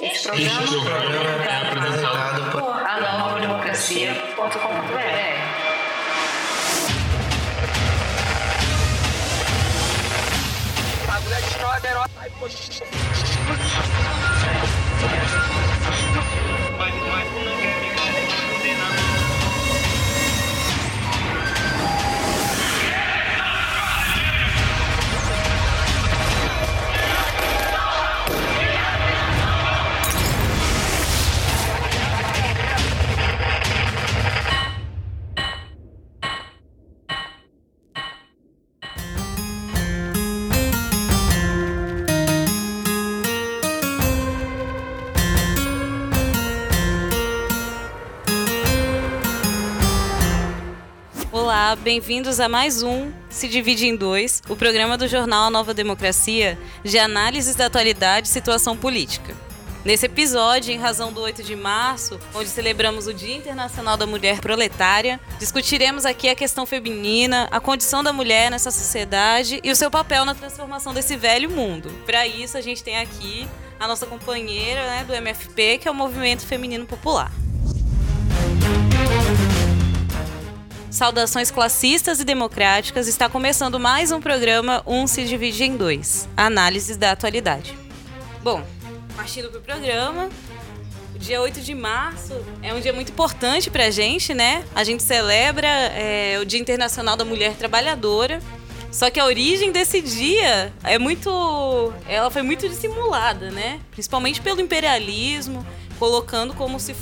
Este programa é apresentado por anovademocracia.com.br. Olá, bem-vindos a mais um Se Divide em Dois, o programa do jornal A Nova Democracia, de análises da atualidade e situação política. Nesse episódio, em razão do 8 de março, onde celebramos o Dia Internacional da Mulher Proletária, discutiremos aqui a questão feminina, a condição da mulher nessa sociedade e o seu papel na transformação desse velho mundo. Para isso, a gente tem aqui a nossa companheira, do MFP, que é o Movimento Feminino Popular. Saudações classistas e democráticas, está começando mais um programa Se Divide em Dois, análises da atualidade. Bom, partindo para o programa, o dia 8 de março é um dia muito importante para a gente, né? A gente celebra o Dia Internacional da Mulher Trabalhadora, só que a origem desse dia ela foi muito dissimulada, né? Principalmente pelo imperialismo, colocando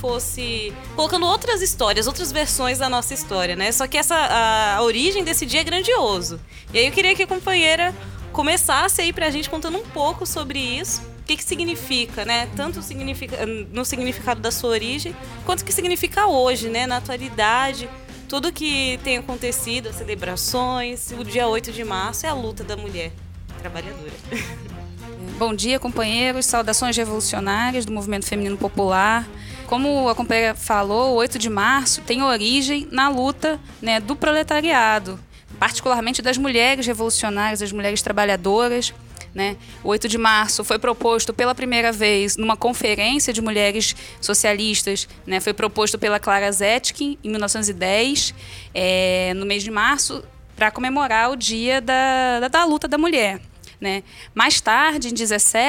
outras histórias, outras versões da nossa história, né? Só que a origem desse dia é grandioso. E aí eu queria que a companheira começasse aí pra gente contando um pouco sobre isso, o que significa, né? Tanto no significado da sua origem, quanto o que significa hoje, né? Na atualidade, tudo que tem acontecido, as celebrações, o dia 8 de março é a luta da mulher trabalhadora. Bom dia, companheiros. Saudações revolucionárias do Movimento Feminino Popular. Como a companheira falou, o 8 de março tem origem na luta, né, do proletariado, particularmente das mulheres revolucionárias, das mulheres trabalhadoras. Né? O 8 de março foi proposto pela primeira vez numa conferência de mulheres socialistas, né? Foi proposto pela Clara Zetkin em 1910, no mês de março, para comemorar o dia da luta da mulher. Né? Mais tarde, em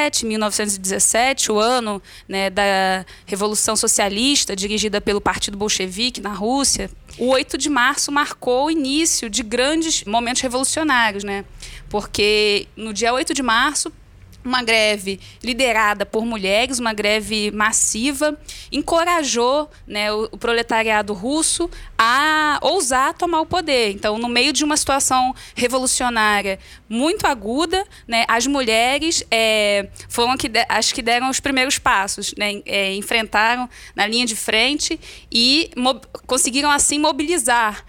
1917, o ano, né, da Revolução Socialista, dirigida pelo Partido Bolchevique na Rússia, o 8 de março marcou o início de grandes momentos revolucionários, né? Porque no dia 8 de março, uma greve liderada por mulheres, uma greve massiva, encorajou, né, o proletariado russo a ousar tomar o poder. Então, no meio de uma situação revolucionária muito aguda, né, as mulheres foram as que deram os primeiros passos, né, enfrentaram na linha de frente e conseguiram, assim, mobilizar,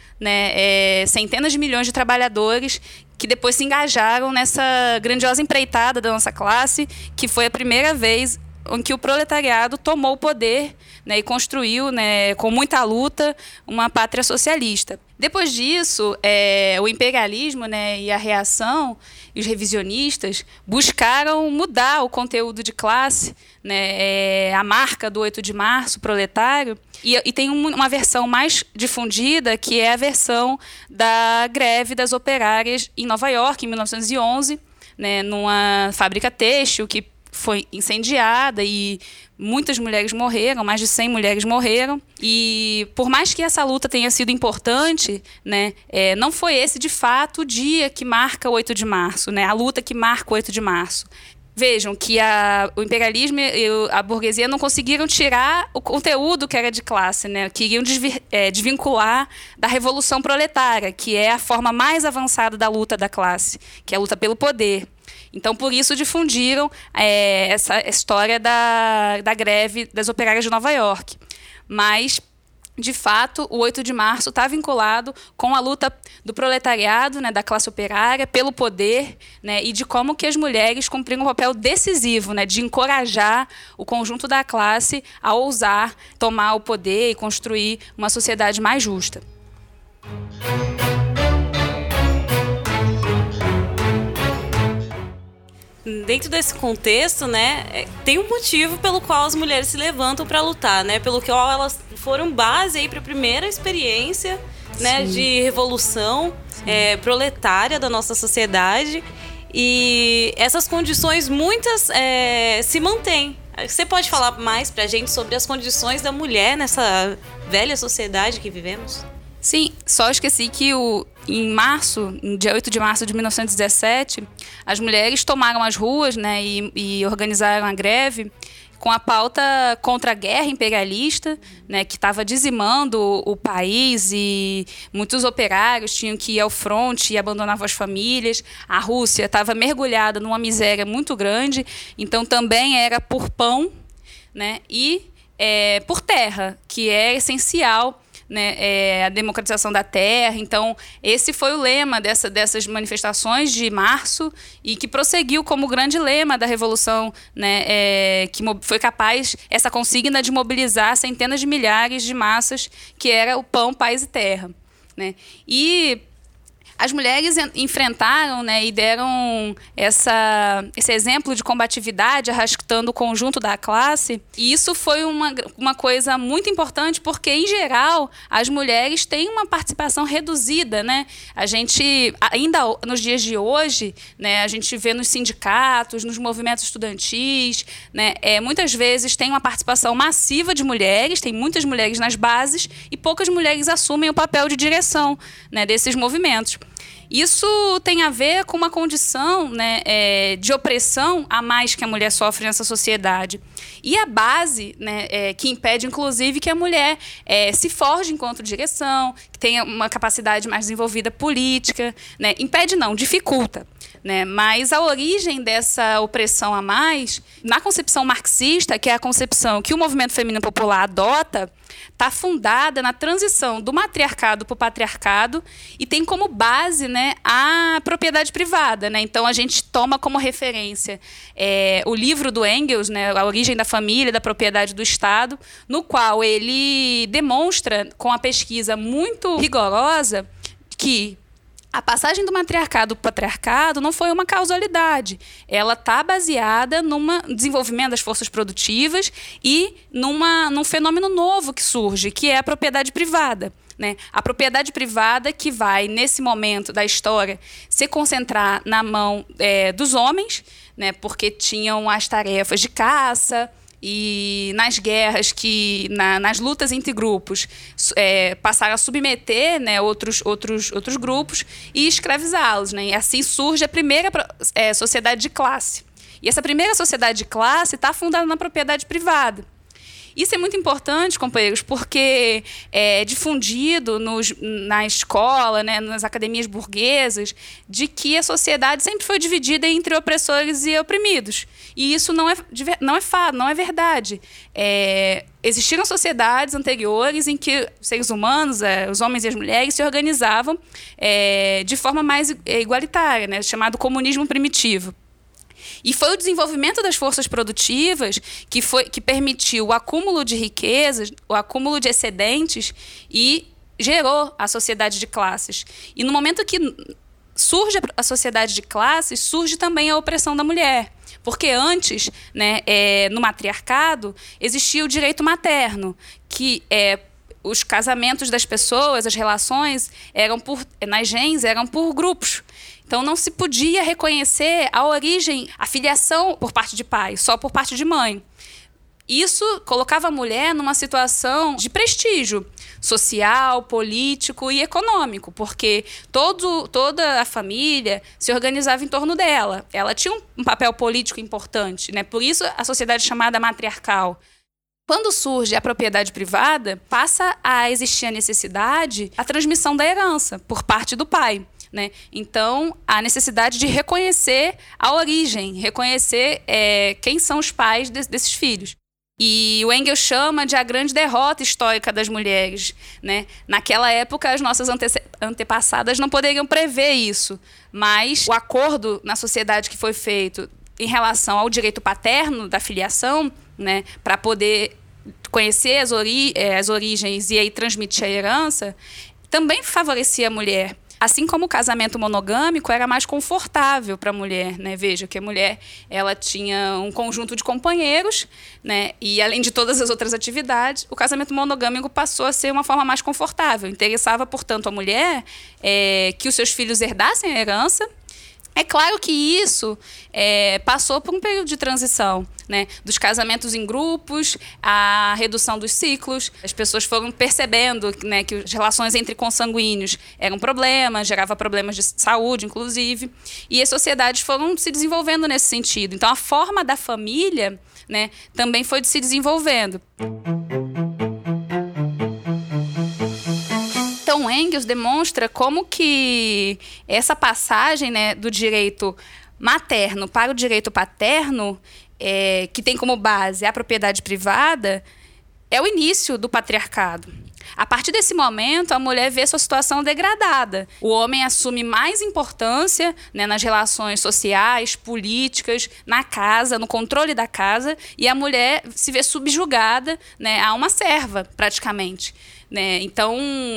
né, centenas de milhões de trabalhadores que depois se engajaram nessa grandiosa empreitada da nossa classe, que foi a primeira vez em que o proletariado tomou o poder, né, e construiu, né, com muita luta, uma pátria socialista. Depois disso, o imperialismo, né, e a reação, e os revisionistas buscaram mudar o conteúdo de classe, né, a marca do 8 de março, proletário, e tem uma versão mais difundida, que é a versão da greve das operárias em Nova York, em 1911, né, numa fábrica têxtil que foi incendiada e muitas mulheres morreram, mais de 100 mulheres morreram. E por mais que essa luta tenha sido importante, né, não foi esse, de fato, o dia que marca o 8 de março, né, a luta que marca o 8 de março. Vejam que o imperialismo e a burguesia não conseguiram tirar o conteúdo que era de classe, né? Queriam desvincular da revolução proletária, que é a forma mais avançada da luta da classe, que é a luta pelo poder. Então, por isso, difundiram essa história da greve das operárias de Nova York. Mas, de fato, o 8 de março está vinculado com a luta do proletariado, né, da classe operária, pelo poder, né, e de como que as mulheres cumpriram um papel decisivo, né, de encorajar o conjunto da classe a ousar tomar o poder e construir uma sociedade mais justa. dentro desse contexto, né, tem um motivo pelo qual as mulheres se levantam para lutar, né, pelo qual elas foram base aí para a primeira experiência, né, de revolução proletária da nossa sociedade. E essas condições, muitas se mantêm. Você pode falar mais pra gente sobre as condições da mulher nessa velha sociedade que vivemos? Sim, só esqueci que em março, no dia 8 de março de 1917, as mulheres tomaram as ruas, né, e organizaram a greve com a pauta contra a guerra imperialista, né, que estava dizimando o país, e muitos operários tinham que ir ao fronte e abandonavam as famílias. A Rússia estava mergulhada numa miséria muito grande, então também era por pão, né, e por terra, que é essencial, né, a democratização da terra. Então, esse foi o lema dessas manifestações de março, e que prosseguiu como grande lema da Revolução, né, que foi capaz, essa consigna, de mobilizar centenas de milhares de massas, que era o pão, paz e terra, né? E as mulheres enfrentaram, né, e deram esse exemplo de combatividade, arrastando o conjunto da classe. E isso foi uma coisa muito importante, porque, em geral, as mulheres têm uma participação reduzida, né? A gente, ainda nos dias de hoje, né, a gente vê nos sindicatos, nos movimentos estudantis, né, muitas vezes tem uma participação massiva de mulheres, tem muitas mulheres nas bases, e poucas mulheres assumem o papel de direção, né, desses movimentos. Isso tem a ver com uma condição, né, de opressão a mais que a mulher sofre nessa sociedade. E a base, né, que impede, inclusive, que a mulher se forje enquanto direção, que tenha uma capacidade mais desenvolvida política, né, impede não, dificulta. Né? Mas a origem dessa opressão a mais, na concepção marxista, que é a concepção que o movimento feminino popular adota, está fundada na transição do matriarcado para o patriarcado, e tem como base, né, a propriedade privada. Né? Então, a gente toma como referência o livro do Engels, né, A Origem da Família, da Propriedade do Estado, no qual ele demonstra, com a pesquisa muito rigorosa, que a passagem do matriarcado para o patriarcado não foi uma causalidade. Ela está baseada no desenvolvimento das forças produtivas e num fenômeno novo que surge, que é a propriedade privada. Né? A propriedade privada que vai, nesse momento da história, se concentrar na mão dos homens, né? Porque tinham as tarefas de caça, e nas guerras, nas lutas entre grupos, passaram a submeter, né, outros grupos e escravizá-los. Né? E assim surge a primeira sociedade de classe. E essa primeira sociedade de classe está fundada na propriedade privada. Isso é muito importante, companheiros, porque é difundido na escola, né, nas academias burguesas, de que a sociedade sempre foi dividida entre opressores e oprimidos. E isso não é fato, não é verdade. Existiram sociedades anteriores em que os seres humanos, os homens e as mulheres, se organizavam de forma mais igualitária, né, chamado comunismo primitivo. E foi o desenvolvimento das forças produtivas que permitiu o acúmulo de riquezas, o acúmulo de excedentes, e gerou a sociedade de classes. E no momento que surge a sociedade de classes, surge também a opressão da mulher. Porque antes, né, no matriarcado, existia o direito materno, que os casamentos das pessoas, as relações, nas gens, eram por grupos. Então, não se podia reconhecer a origem, a filiação por parte de pai, só por parte de mãe. Isso colocava a mulher numa situação de prestígio social, político e econômico, porque toda a família se organizava em torno dela. Ela tinha um papel político importante, né? Por isso a sociedade chamada matriarcal. Quando surge a propriedade privada, passa a existir a necessidade, a transmissão da herança por parte do pai. Né? Então, a necessidade de reconhecer a origem, reconhecer quem são os pais desses filhos. E o Engels chama de a grande derrota histórica das mulheres. Né? Naquela época, as nossas antepassadas não poderiam prever isso, mas o acordo na sociedade que foi feito em relação ao direito paterno da filiação, né, para poder conhecer as origens e aí transmitir a herança, também favorecia a mulher. Assim como o casamento monogâmico era mais confortável para a mulher, né? Veja que a mulher ela tinha um conjunto de companheiros, né? E além de todas as outras atividades, o casamento monogâmico passou a ser uma forma mais confortável. Interessava, portanto, a mulher que os seus filhos herdassem a herança. É claro que isso passou por um período de transição, né? Dos casamentos em grupos, a redução dos ciclos. As pessoas foram percebendo, né, que as relações entre consanguíneos eram problemas, gerava problemas de saúde, inclusive. E as sociedades foram se desenvolvendo nesse sentido. Então, a forma da família, né, também foi se desenvolvendo. Então, Engels demonstra como que essa passagem, né, do direito materno para o direito paterno, que tem como base a propriedade privada, é o início do patriarcado. A partir desse momento, a mulher vê sua situação degradada. O homem assume mais importância, né, nas relações sociais, políticas, na casa, no controle da casa, e a mulher se vê subjugada, né, a uma serva, praticamente, né? Então,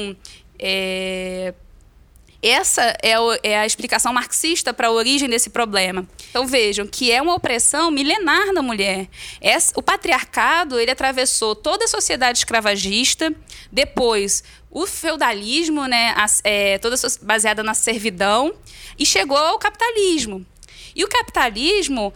essa é a explicação marxista para a origem desse problema. Então vejam que é uma opressão milenar da mulher. O patriarcado ele atravessou toda a sociedade escravagista, depois o feudalismo, né, toda baseada na servidão, e chegou ao capitalismo. E o capitalismo,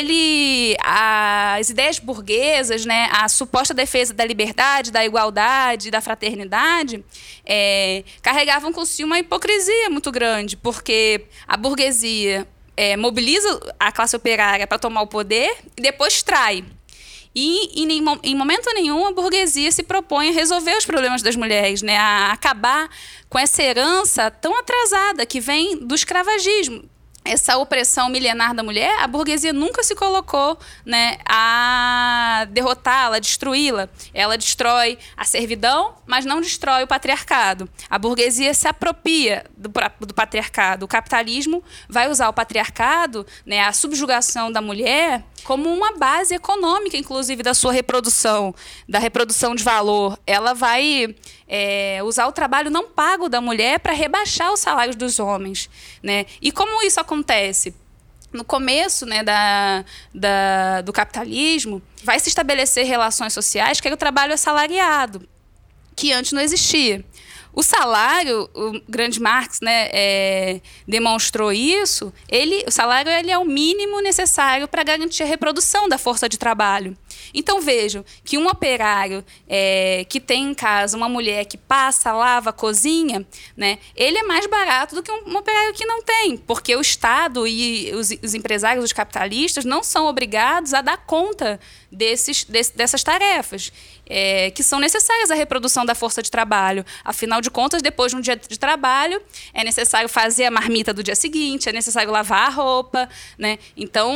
as ideias burguesas, né, a suposta defesa da liberdade, da igualdade, da fraternidade, carregavam consigo uma hipocrisia muito grande, porque a burguesia mobiliza a classe operária para tomar o poder e depois trai. E em momento nenhum a burguesia se propõe a resolver os problemas das mulheres, né, a acabar com essa herança tão atrasada que vem do escravagismo. Essa opressão milenar da mulher, a burguesia nunca se colocou, né, a derrotá-la, a destruí-la. Ela destrói a servidão, mas não destrói o patriarcado. A burguesia se apropria do patriarcado. O capitalismo vai usar o patriarcado, né, a subjugação da mulher, como uma base econômica, inclusive, da sua reprodução, da reprodução de valor. Ela vai usar o trabalho não pago da mulher para rebaixar os salários dos homens, né? E como isso acontece? No começo, né, do capitalismo, vai se estabelecer relações sociais que é o trabalho assalariado, que antes não existia. O salário, o grande Marx, né, demonstrou isso, o salário ele é o mínimo necessário para garantir a reprodução da força de trabalho. Então, vejam que um operário que tem em casa uma mulher que passa, lava, cozinha, né, ele é mais barato do que um operário que não tem, porque o Estado e os empresários, os capitalistas, não são obrigados a dar conta dessas tarefas, que são necessárias à reprodução da força de trabalho. Afinal de contas, depois de um dia de trabalho, é necessário fazer a marmita do dia seguinte, é necessário lavar a roupa, né? Então,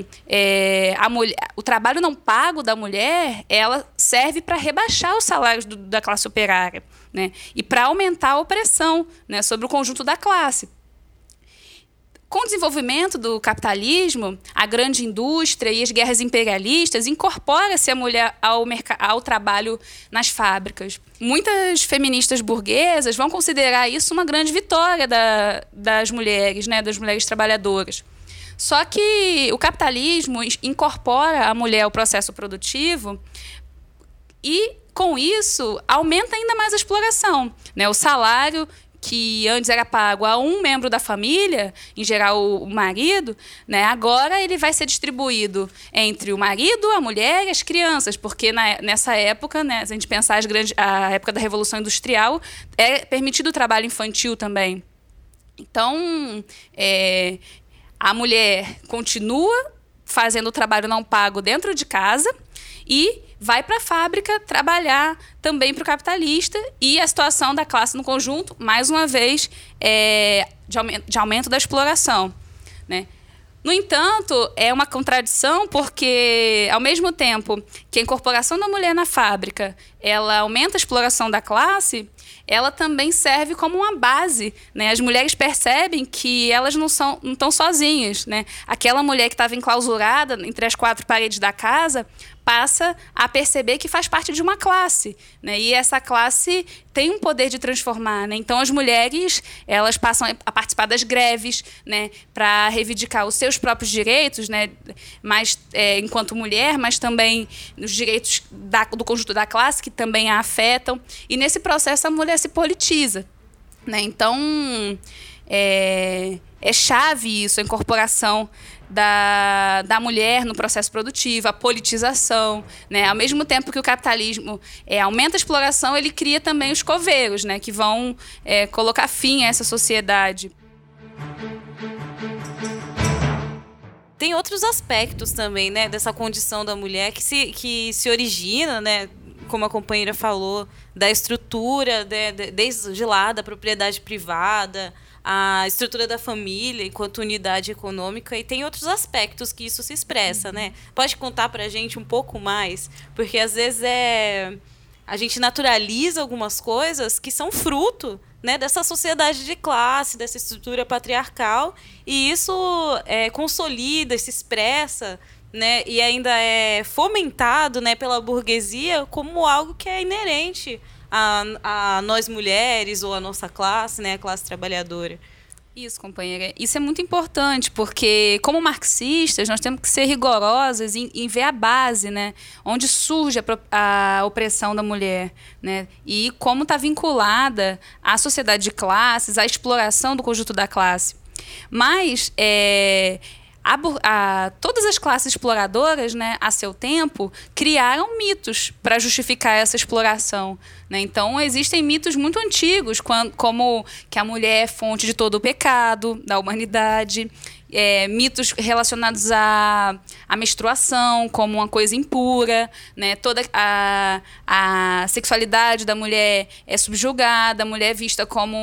o trabalho não pago da mulher, ela serve para rebaixar os salários da classe operária, né? E para aumentar a opressão, né, sobre o conjunto da classe. Com o desenvolvimento do capitalismo, a grande indústria e as guerras imperialistas incorpora-se a mulher ao trabalho nas fábricas. Muitas feministas burguesas vão considerar isso uma grande vitória das mulheres, né, das mulheres trabalhadoras. Só que o capitalismo incorpora a mulher ao processo produtivo e, com isso, aumenta ainda mais a exploração, né? O salário que antes era pago a um membro da família, em geral o marido, né, agora ele vai ser distribuído entre o marido, a mulher e as crianças, porque nessa época, né, se a gente pensar a época da Revolução Industrial, é permitido o trabalho infantil também. Então, a mulher continua fazendo o trabalho não pago dentro de casa e vai para a fábrica trabalhar também para o capitalista, e a situação da classe no conjunto, mais uma vez, de aumento da exploração, né? No entanto, é uma contradição porque, ao mesmo tempo que a incorporação da mulher na fábrica ela aumenta a exploração da classe, ela também serve como uma base, né? As mulheres percebem que elas não estão sozinhas, né? Aquela mulher que estava enclausurada entre as quatro paredes da casa passa a perceber que faz parte de uma classe, né? E essa classe tem um poder de transformar, né? Então, as mulheres, elas passam a participar das greves, né? Para reivindicar os seus próprios direitos, né? Mas, enquanto mulher, mas também os direitos do conjunto da classe, que também a afetam. E, nesse processo, a mulher se politiza, né? Então, é chave isso, a incorporação da mulher no processo produtivo, a politização, né? Ao mesmo tempo que o capitalismo aumenta a exploração, ele cria também os coveiros, né? Que vão colocar fim a essa sociedade. Tem outros aspectos também, né, dessa condição da mulher que se origina, né, como a companheira falou, da estrutura, desde lá, da propriedade privada, a estrutura da família enquanto unidade econômica, e tem outros aspectos que isso se expressa, né? Pode contar pra gente um pouco mais? Porque às vezes a gente naturaliza algumas coisas que são fruto, né, dessa sociedade de classe, dessa estrutura patriarcal, e isso consolida, se expressa, né, e ainda é fomentado, né, pela burguesia como algo que é inerente a nós mulheres ou a nossa classe, né, a classe trabalhadora. Isso, companheira. Isso é muito importante, porque, como marxistas, nós temos que ser rigorosas em ver a base, né, onde surge a opressão da mulher, né, e como está vinculada à sociedade de classes, à exploração do conjunto da classe. Mas todas as classes exploradoras, né, a seu tempo, criaram mitos para justificar essa exploração, né? Então, existem mitos muito antigos, como que a mulher é fonte de todo o pecado da humanidade, mitos relacionados à menstruação como uma coisa impura, né? Toda a sexualidade da mulher é subjugada, a mulher é vista como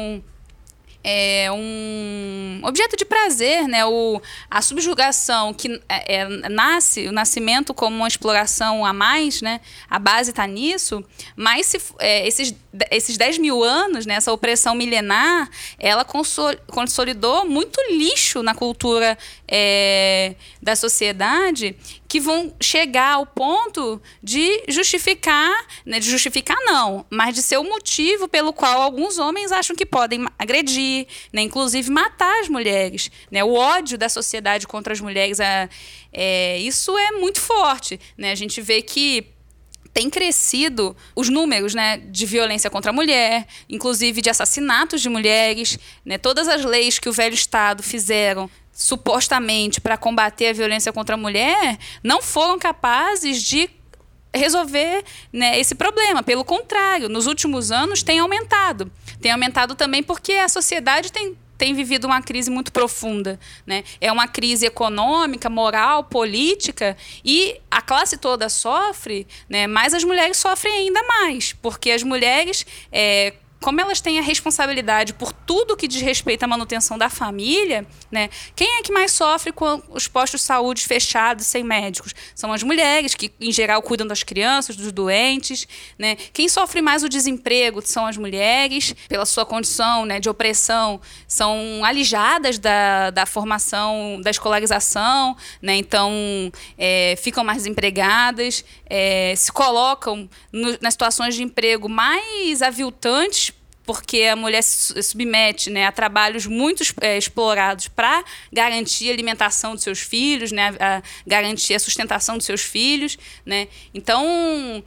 um objeto de prazer, né? A subjugação que o nascimento como uma exploração a mais, né? A base está nisso, mas esses 10 mil anos, né? Essa opressão milenar, ela consolidou muito lixo na cultura da sociedade, que vão chegar ao ponto de justificar, né, de justificar não, mas de ser o motivo pelo qual alguns homens acham que podem agredir, né, inclusive matar as mulheres, né, o ódio da sociedade contra as mulheres, isso é muito forte, né, a gente vê que tem crescido os números, né, de violência contra a mulher, inclusive de assassinatos de mulheres, né, todas as leis que o velho Estado fizeram supostamente para combater a violência contra a mulher, não foram capazes de resolver, né, esse problema. Pelo contrário, nos últimos anos tem aumentado. Tem aumentado também porque a sociedade tem vivido uma crise muito profunda, né? É uma crise econômica, moral, política, e a classe toda sofre, né? Mas as mulheres sofrem ainda mais, porque as mulheres, como elas têm a responsabilidade por tudo que diz respeito à manutenção da família, né? Quem é que mais sofre com os postos de saúde fechados, sem médicos? São as mulheres, que em geral cuidam das crianças, dos doentes, né? Quem sofre mais o desemprego são as mulheres, pela sua condição, né, de opressão, são alijadas da formação, da escolarização, né? Então ficam mais desempregadas, se colocam nas situações de emprego mais aviltantes, porque a mulher se submete, né, a trabalhos muito explorados para garantir a alimentação dos seus filhos, né, a garantir a sustentação dos seus filhos, né? Então,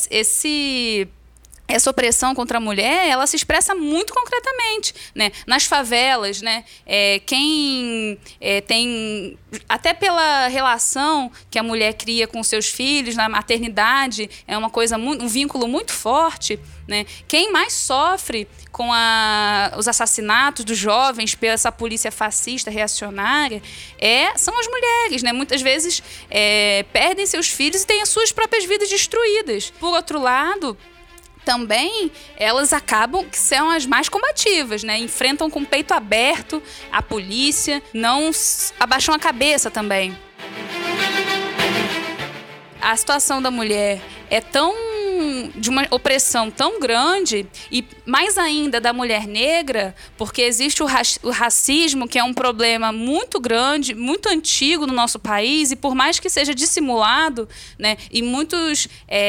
essa opressão contra a mulher, ela se expressa muito concretamente, né? Nas favelas, né? Quem tem, até pela relação que a mulher cria com seus filhos, na maternidade, é uma coisa um vínculo muito forte, né? Quem mais sofre com os assassinatos dos jovens pela essa polícia fascista, reacionária, são as mulheres, né? Muitas vezes perdem seus filhos e têm as suas próprias vidas destruídas. Por outro lado, também elas acabam que são as mais combativas, né? Enfrentam com o peito aberto a polícia, não abaixam a cabeça também. A situação da mulher é tão de uma opressão tão grande, e mais ainda da mulher negra, porque existe o racismo, que é um problema muito grande, muito antigo no nosso país, e por mais que seja dissimulado, né, e muitos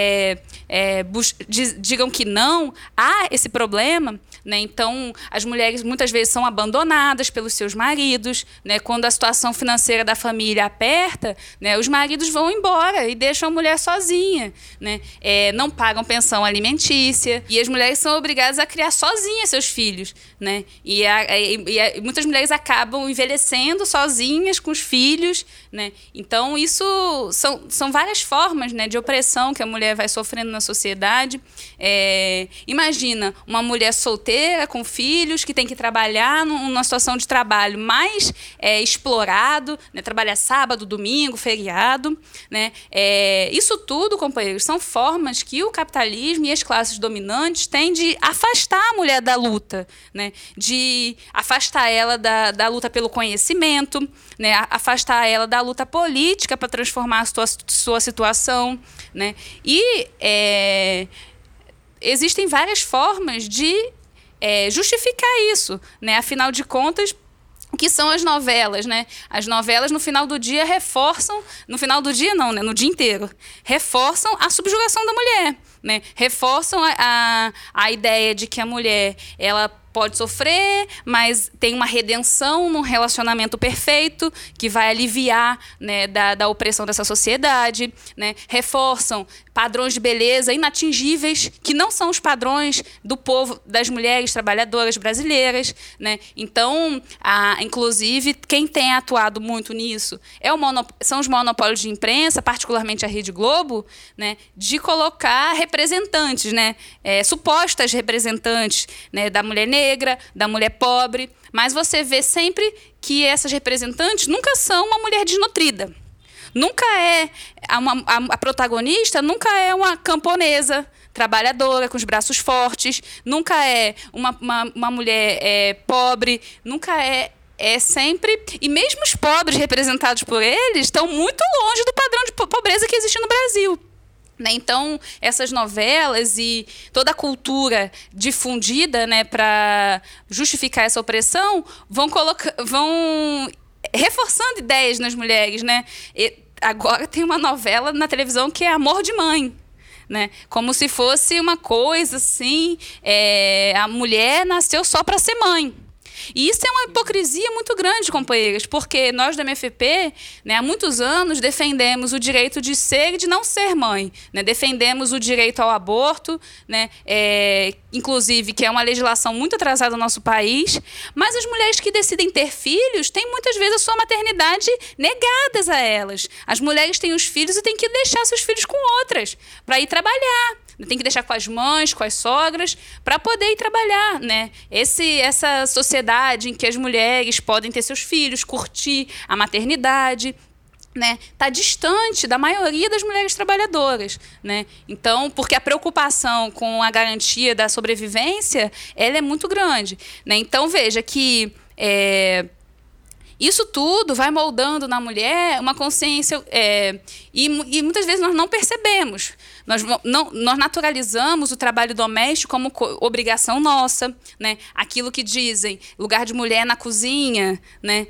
digam que não, há esse problema, né? Então, as mulheres muitas vezes são abandonadas pelos seus maridos, né? Quando a situação financeira da família aperta, né, os maridos vão embora e deixam a mulher sozinha, né? Não pagam pensão alimentícia, e as mulheres são obrigadas a criar sozinhas seus filhos, né? E muitas mulheres acabam envelhecendo sozinhas com os filhos, né? Então, isso são várias formas, né, de opressão que a mulher vai sofrendo na sociedade. Imagina uma mulher solteira com filhos, que tem que trabalhar numa situação de trabalho mais explorado, né? Trabalhar sábado, domingo, feriado, né? Isso tudo, companheiros, são formas que o capitalismo e as classes dominantes têm de afastar a mulher da luta, né? De afastar ela da luta pelo conhecimento, né? Afastar ela da luta política para transformar a sua situação, né? E existem várias formas de justificar isso, né? Afinal de contas, o que são as novelas, né? As novelas, no final do dia, reforçam... No final do dia, não, né? No dia inteiro. Reforçam a subjugação da mulher, né? Reforçam a ideia de que a mulher, ela pode sofrer, mas tem uma redenção num relacionamento perfeito que vai aliviar, né, da opressão dessa sociedade, né? Reforçam padrões de beleza inatingíveis, que não são os padrões do povo, das mulheres trabalhadoras brasileiras, né? Então, inclusive, quem tem atuado muito nisso são os monopólios de imprensa, particularmente a Rede Globo, né, de colocar representantes, né, supostas representantes, né, da mulher negra, da mulher pobre, mas você vê sempre que essas representantes nunca são uma mulher desnutrida. Nunca a protagonista nunca é uma camponesa trabalhadora, com os braços fortes, nunca é uma mulher pobre, nunca é sempre... E mesmo os pobres representados por eles estão muito longe do padrão de pobreza que existe no Brasil. Então, essas novelas e toda a cultura difundida, né, para justificar essa opressão vão reforçando ideias nas mulheres, né? Agora tem uma novela na televisão que é Amor de Mãe, né? Como se fosse uma coisa assim, a mulher nasceu só para ser mãe. E isso é uma hipocrisia muito grande, companheiras, porque nós da MFP, né, há muitos anos defendemos o direito de ser e de não ser mãe, né? Defendemos o direito ao aborto, né? Inclusive, que é uma legislação muito atrasada no nosso país, mas as mulheres que decidem ter filhos têm muitas vezes a sua maternidade negadas a elas. As mulheres têm os filhos e têm que deixar seus filhos com outras para ir trabalhar. Tem que deixar com as mães, com as sogras, para poder ir trabalhar, né? Essa sociedade em que as mulheres podem ter seus filhos, curtir a maternidade, né, tá distante da maioria das mulheres trabalhadoras, né? Então, porque a preocupação com a garantia da sobrevivência, ela é muito grande, né? Então, veja que isso tudo vai moldando na mulher uma consciência e muitas vezes nós não percebemos. Nós naturalizamos o trabalho doméstico como obrigação nossa, né? Aquilo que dizem, lugar de mulher na cozinha, né?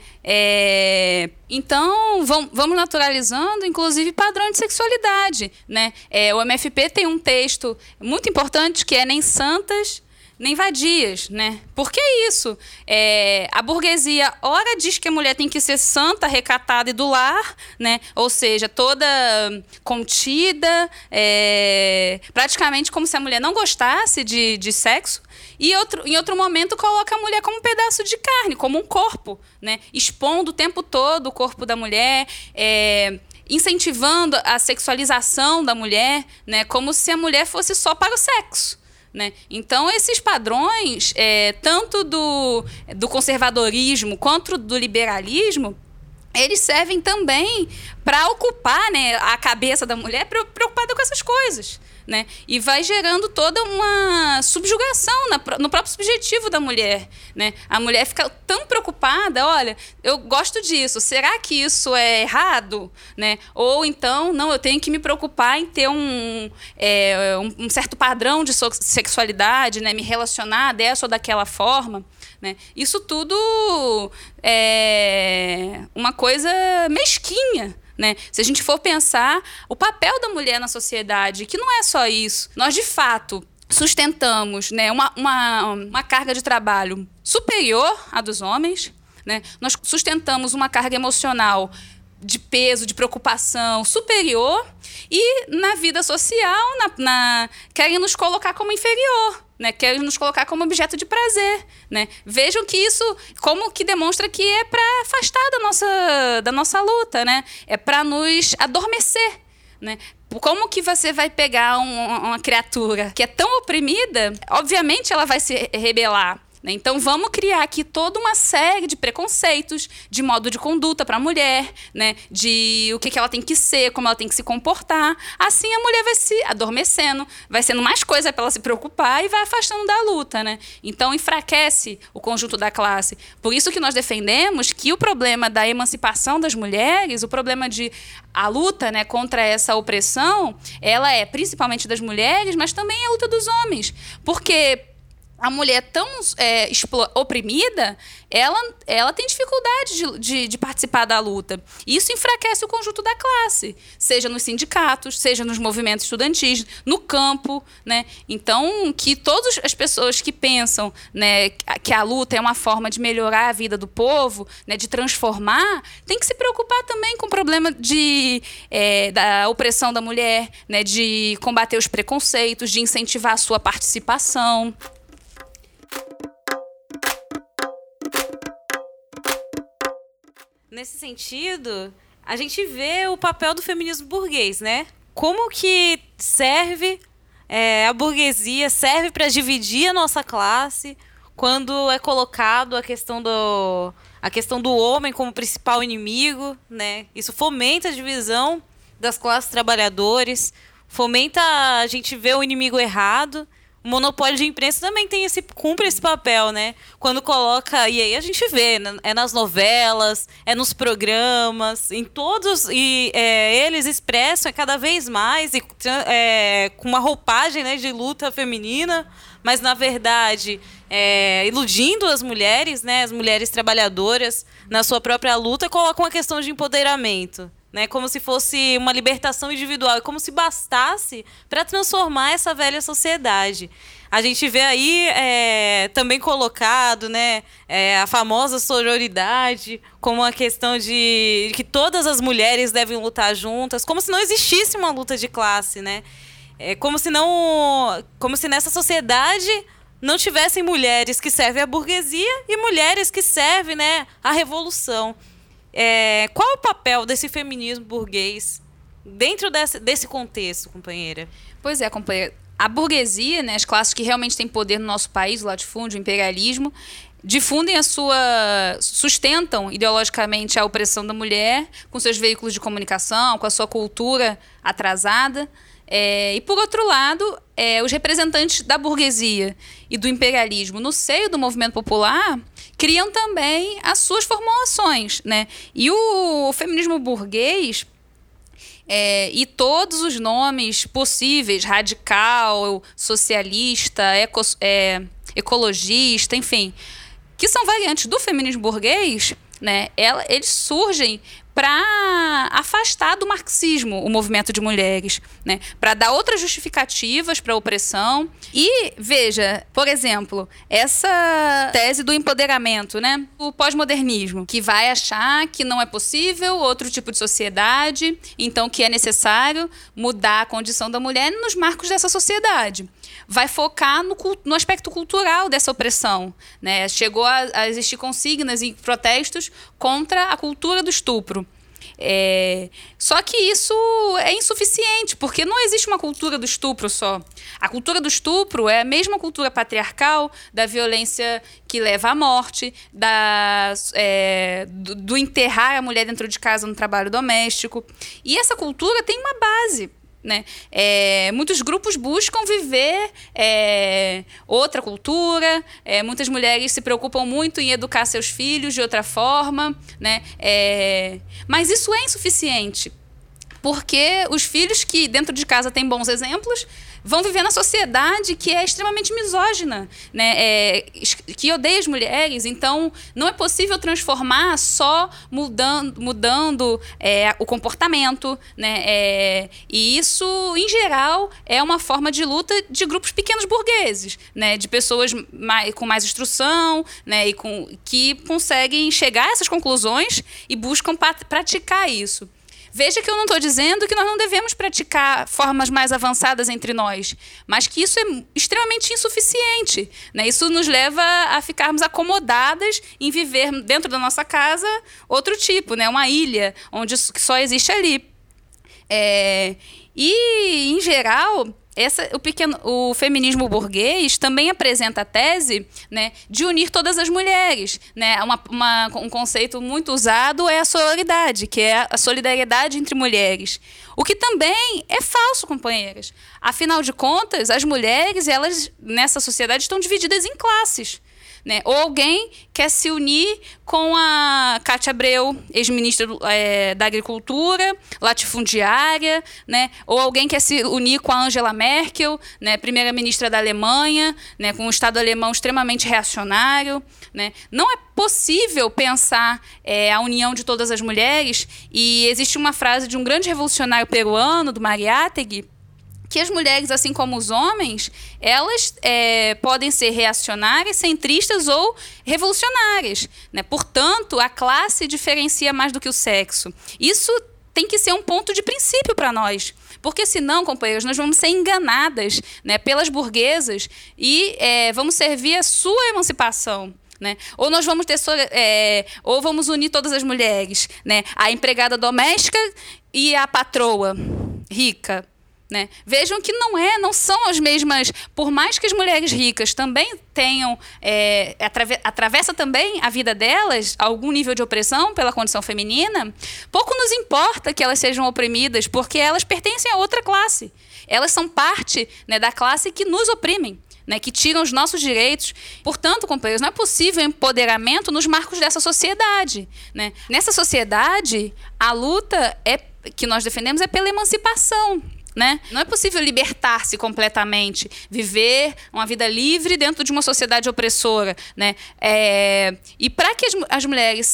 Então, vamos naturalizando, inclusive, padrão de sexualidade, né? O MFP tem um texto muito importante que é Nem Santas, Nem Vadias, né? Por que isso? A burguesia, ora, diz que a mulher tem que ser santa, recatada e do lar, né? Ou seja, toda contida, praticamente como se a mulher não gostasse de sexo. E em outro momento coloca a mulher como um pedaço de carne, como um corpo, né? Expondo o tempo todo o corpo da mulher, incentivando a sexualização da mulher, né? Como se a mulher fosse só para o sexo, né? Então, esses padrões, tanto do conservadorismo quanto do liberalismo, eles servem também para ocupar, né, a cabeça da mulher preocupada com essas coisas, né? E vai gerando toda uma subjugação no próprio subjetivo da mulher, né? A mulher fica tão preocupada, olha, eu gosto disso, será que isso é errado, né? Ou então, não, eu tenho que me preocupar em ter um certo padrão de sexualidade, né? Me relacionar dessa ou daquela forma, né? Isso tudo é uma coisa mesquinha, né? Se a gente for pensar o papel da mulher na sociedade, que não é só isso. Nós, de fato, sustentamos, né, uma carga de trabalho superior à dos homens, né? Nós sustentamos uma carga emocional de peso, de preocupação superior e, na vida social, querem nos colocar como inferior, né? Querem nos colocar como objeto de prazer, né? Vejam que isso, como que demonstra que é para afastar da nossa luta, né? É para nos adormecer, né? Como que você vai pegar uma criatura que é tão oprimida? Obviamente ela vai se rebelar. Então, vamos criar aqui toda uma série de preconceitos, de modo de conduta para a mulher, né? De o que ela tem que ser, como ela tem que se comportar. Assim, a mulher vai se adormecendo, vai sendo mais coisa para ela se preocupar e vai afastando da luta, né? Então, enfraquece o conjunto da classe. Por isso que nós defendemos que o problema da emancipação das mulheres, o problema de a luta, né, contra essa opressão, ela é principalmente das mulheres, mas também é a luta dos homens. Porque a mulher tão oprimida, ela tem dificuldade de participar da luta. Isso enfraquece o conjunto da classe, seja nos sindicatos, seja nos movimentos estudantis, no campo, né? Então, que todas as pessoas que pensam, né, que a luta é uma forma de melhorar a vida do povo, né, de transformar, tem que se preocupar também com o problema da opressão da mulher, né, de combater os preconceitos, de incentivar a sua participação. Nesse sentido, a gente vê o papel do feminismo burguês, né? Como que serve a burguesia, serve para dividir a nossa classe quando é colocado a questão do homem como principal inimigo, né? Isso fomenta a divisão das classes trabalhadoras, fomenta a gente ver o inimigo errado. O monopólio de imprensa também cumpre esse papel, né? Quando coloca... E aí a gente vê, né? É nas novelas, é nos programas, em todos... E eles expressam cada vez mais com uma roupagem, né, de luta feminina, mas, na verdade, iludindo as mulheres, né? As mulheres trabalhadoras, na sua própria luta, colocam a questão de empoderamento, né, como se fosse uma libertação individual, e como se bastasse para transformar essa velha sociedade. A gente vê aí também colocado, né, a famosa sororidade como a questão de que todas as mulheres devem lutar juntas, como se não existisse uma luta de classe, né? Como se nessa sociedade não tivessem mulheres que servem à burguesia e mulheres que servem, né, à revolução. Qual é o papel desse feminismo burguês dentro desse contexto, companheira? Pois é, companheira. A burguesia, né, as classes que realmente têm poder no nosso país, o latifúndio, o imperialismo, sustentam ideologicamente a opressão da mulher com seus veículos de comunicação, com a sua cultura atrasada. E, por outro lado, os representantes da burguesia e do imperialismo no seio do movimento popular criam também as suas formulações, né? E o feminismo burguês e todos os nomes possíveis, radical, socialista, ecologista, enfim, que são variantes do feminismo burguês, né? Eles surgem para afastar do marxismo o movimento de mulheres, né? Para dar outras justificativas para a opressão. E, veja, por exemplo, essa tese do empoderamento, né? O pós-modernismo, que vai achar que não é possível outro tipo de sociedade, então que é necessário mudar a condição da mulher nos marcos dessa sociedade. Vai focar no aspecto cultural dessa opressão, né? Chegou a existir consignas e protestos contra a cultura do estupro. Só que isso é insuficiente, porque não existe uma cultura do estupro só. A cultura do estupro é a mesma cultura patriarcal da violência que leva à morte, do enterrar a mulher dentro de casa no trabalho doméstico. E essa cultura tem uma base, né? Muitos grupos buscam viver outra cultura, muitas mulheres se preocupam muito em educar seus filhos de outra forma, né? Mas isso é insuficiente, porque os filhos que dentro de casa têm bons exemplos vão viver na sociedade que é extremamente misógina, né? Que odeia as mulheres. Então, não é possível transformar só mudando o comportamento, né? E isso, em geral, é uma forma de luta de grupos pequenos burgueses, né? De pessoas com mais instrução, né? Que conseguem chegar a essas conclusões e buscam praticar isso. Veja que eu não estou dizendo que nós não devemos praticar formas mais avançadas entre nós, mas que isso é extremamente insuficiente, né? Isso nos leva a ficarmos acomodadas em viver dentro da nossa casa outro tipo, né? Uma ilha onde só existe ali. E, em geral, o feminismo burguês também apresenta a tese, né, de unir todas as mulheres, né? Um conceito muito usado é a sororidade, que é a solidariedade entre mulheres. O que também é falso, companheiras. Afinal de contas, as mulheres, elas nessa sociedade estão divididas em classes, né? Ou alguém quer se unir com a Cátia Abreu, ex-ministra da Agricultura, latifundiária, né? Ou alguém quer se unir com a Angela Merkel, né? Primeira-ministra da Alemanha, né? Com o Estado alemão extremamente reacionário, né? Não é possível pensar a união de todas as mulheres, e existe uma frase de um grande revolucionário peruano, do Mariátegui, que as mulheres, assim como os homens, elas podem ser reacionárias, centristas ou revolucionárias, né? Portanto, a classe diferencia mais do que o sexo. Isso tem que ser um ponto de princípio para nós, porque senão, companheiros, nós vamos ser enganadas, né, pelas burguesas e vamos servir a sua emancipação, né? Ou nós vamos ou vamos unir todas as mulheres, né? A empregada doméstica e a patroa rica, né? Vejam que não são as mesmas, por mais que as mulheres ricas também tenham, atravessa também a vida delas algum nível de opressão pela condição feminina, pouco nos importa que elas sejam oprimidas, porque elas pertencem a outra classe. Elas são parte, né, da classe que nos oprimem, né, que tiram os nossos direitos. Portanto, companheiros, não é possível empoderamento nos marcos dessa sociedade, né? Nessa sociedade, a luta que nós defendemos é pela emancipação, né? Não é possível libertar-se completamente, viver uma vida livre dentro de uma sociedade opressora, né? E para que as mulheres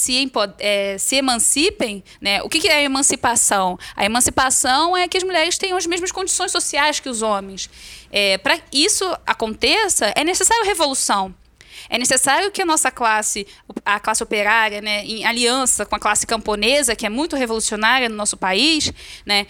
se emancipem, né? O que é a emancipação? A emancipação é que as mulheres tenham as mesmas condições sociais que os homens. Para isso aconteça, é necessário revolução. É necessário que a nossa classe, a classe operária, né, em aliança com a classe camponesa, que é muito revolucionária no nosso país, né,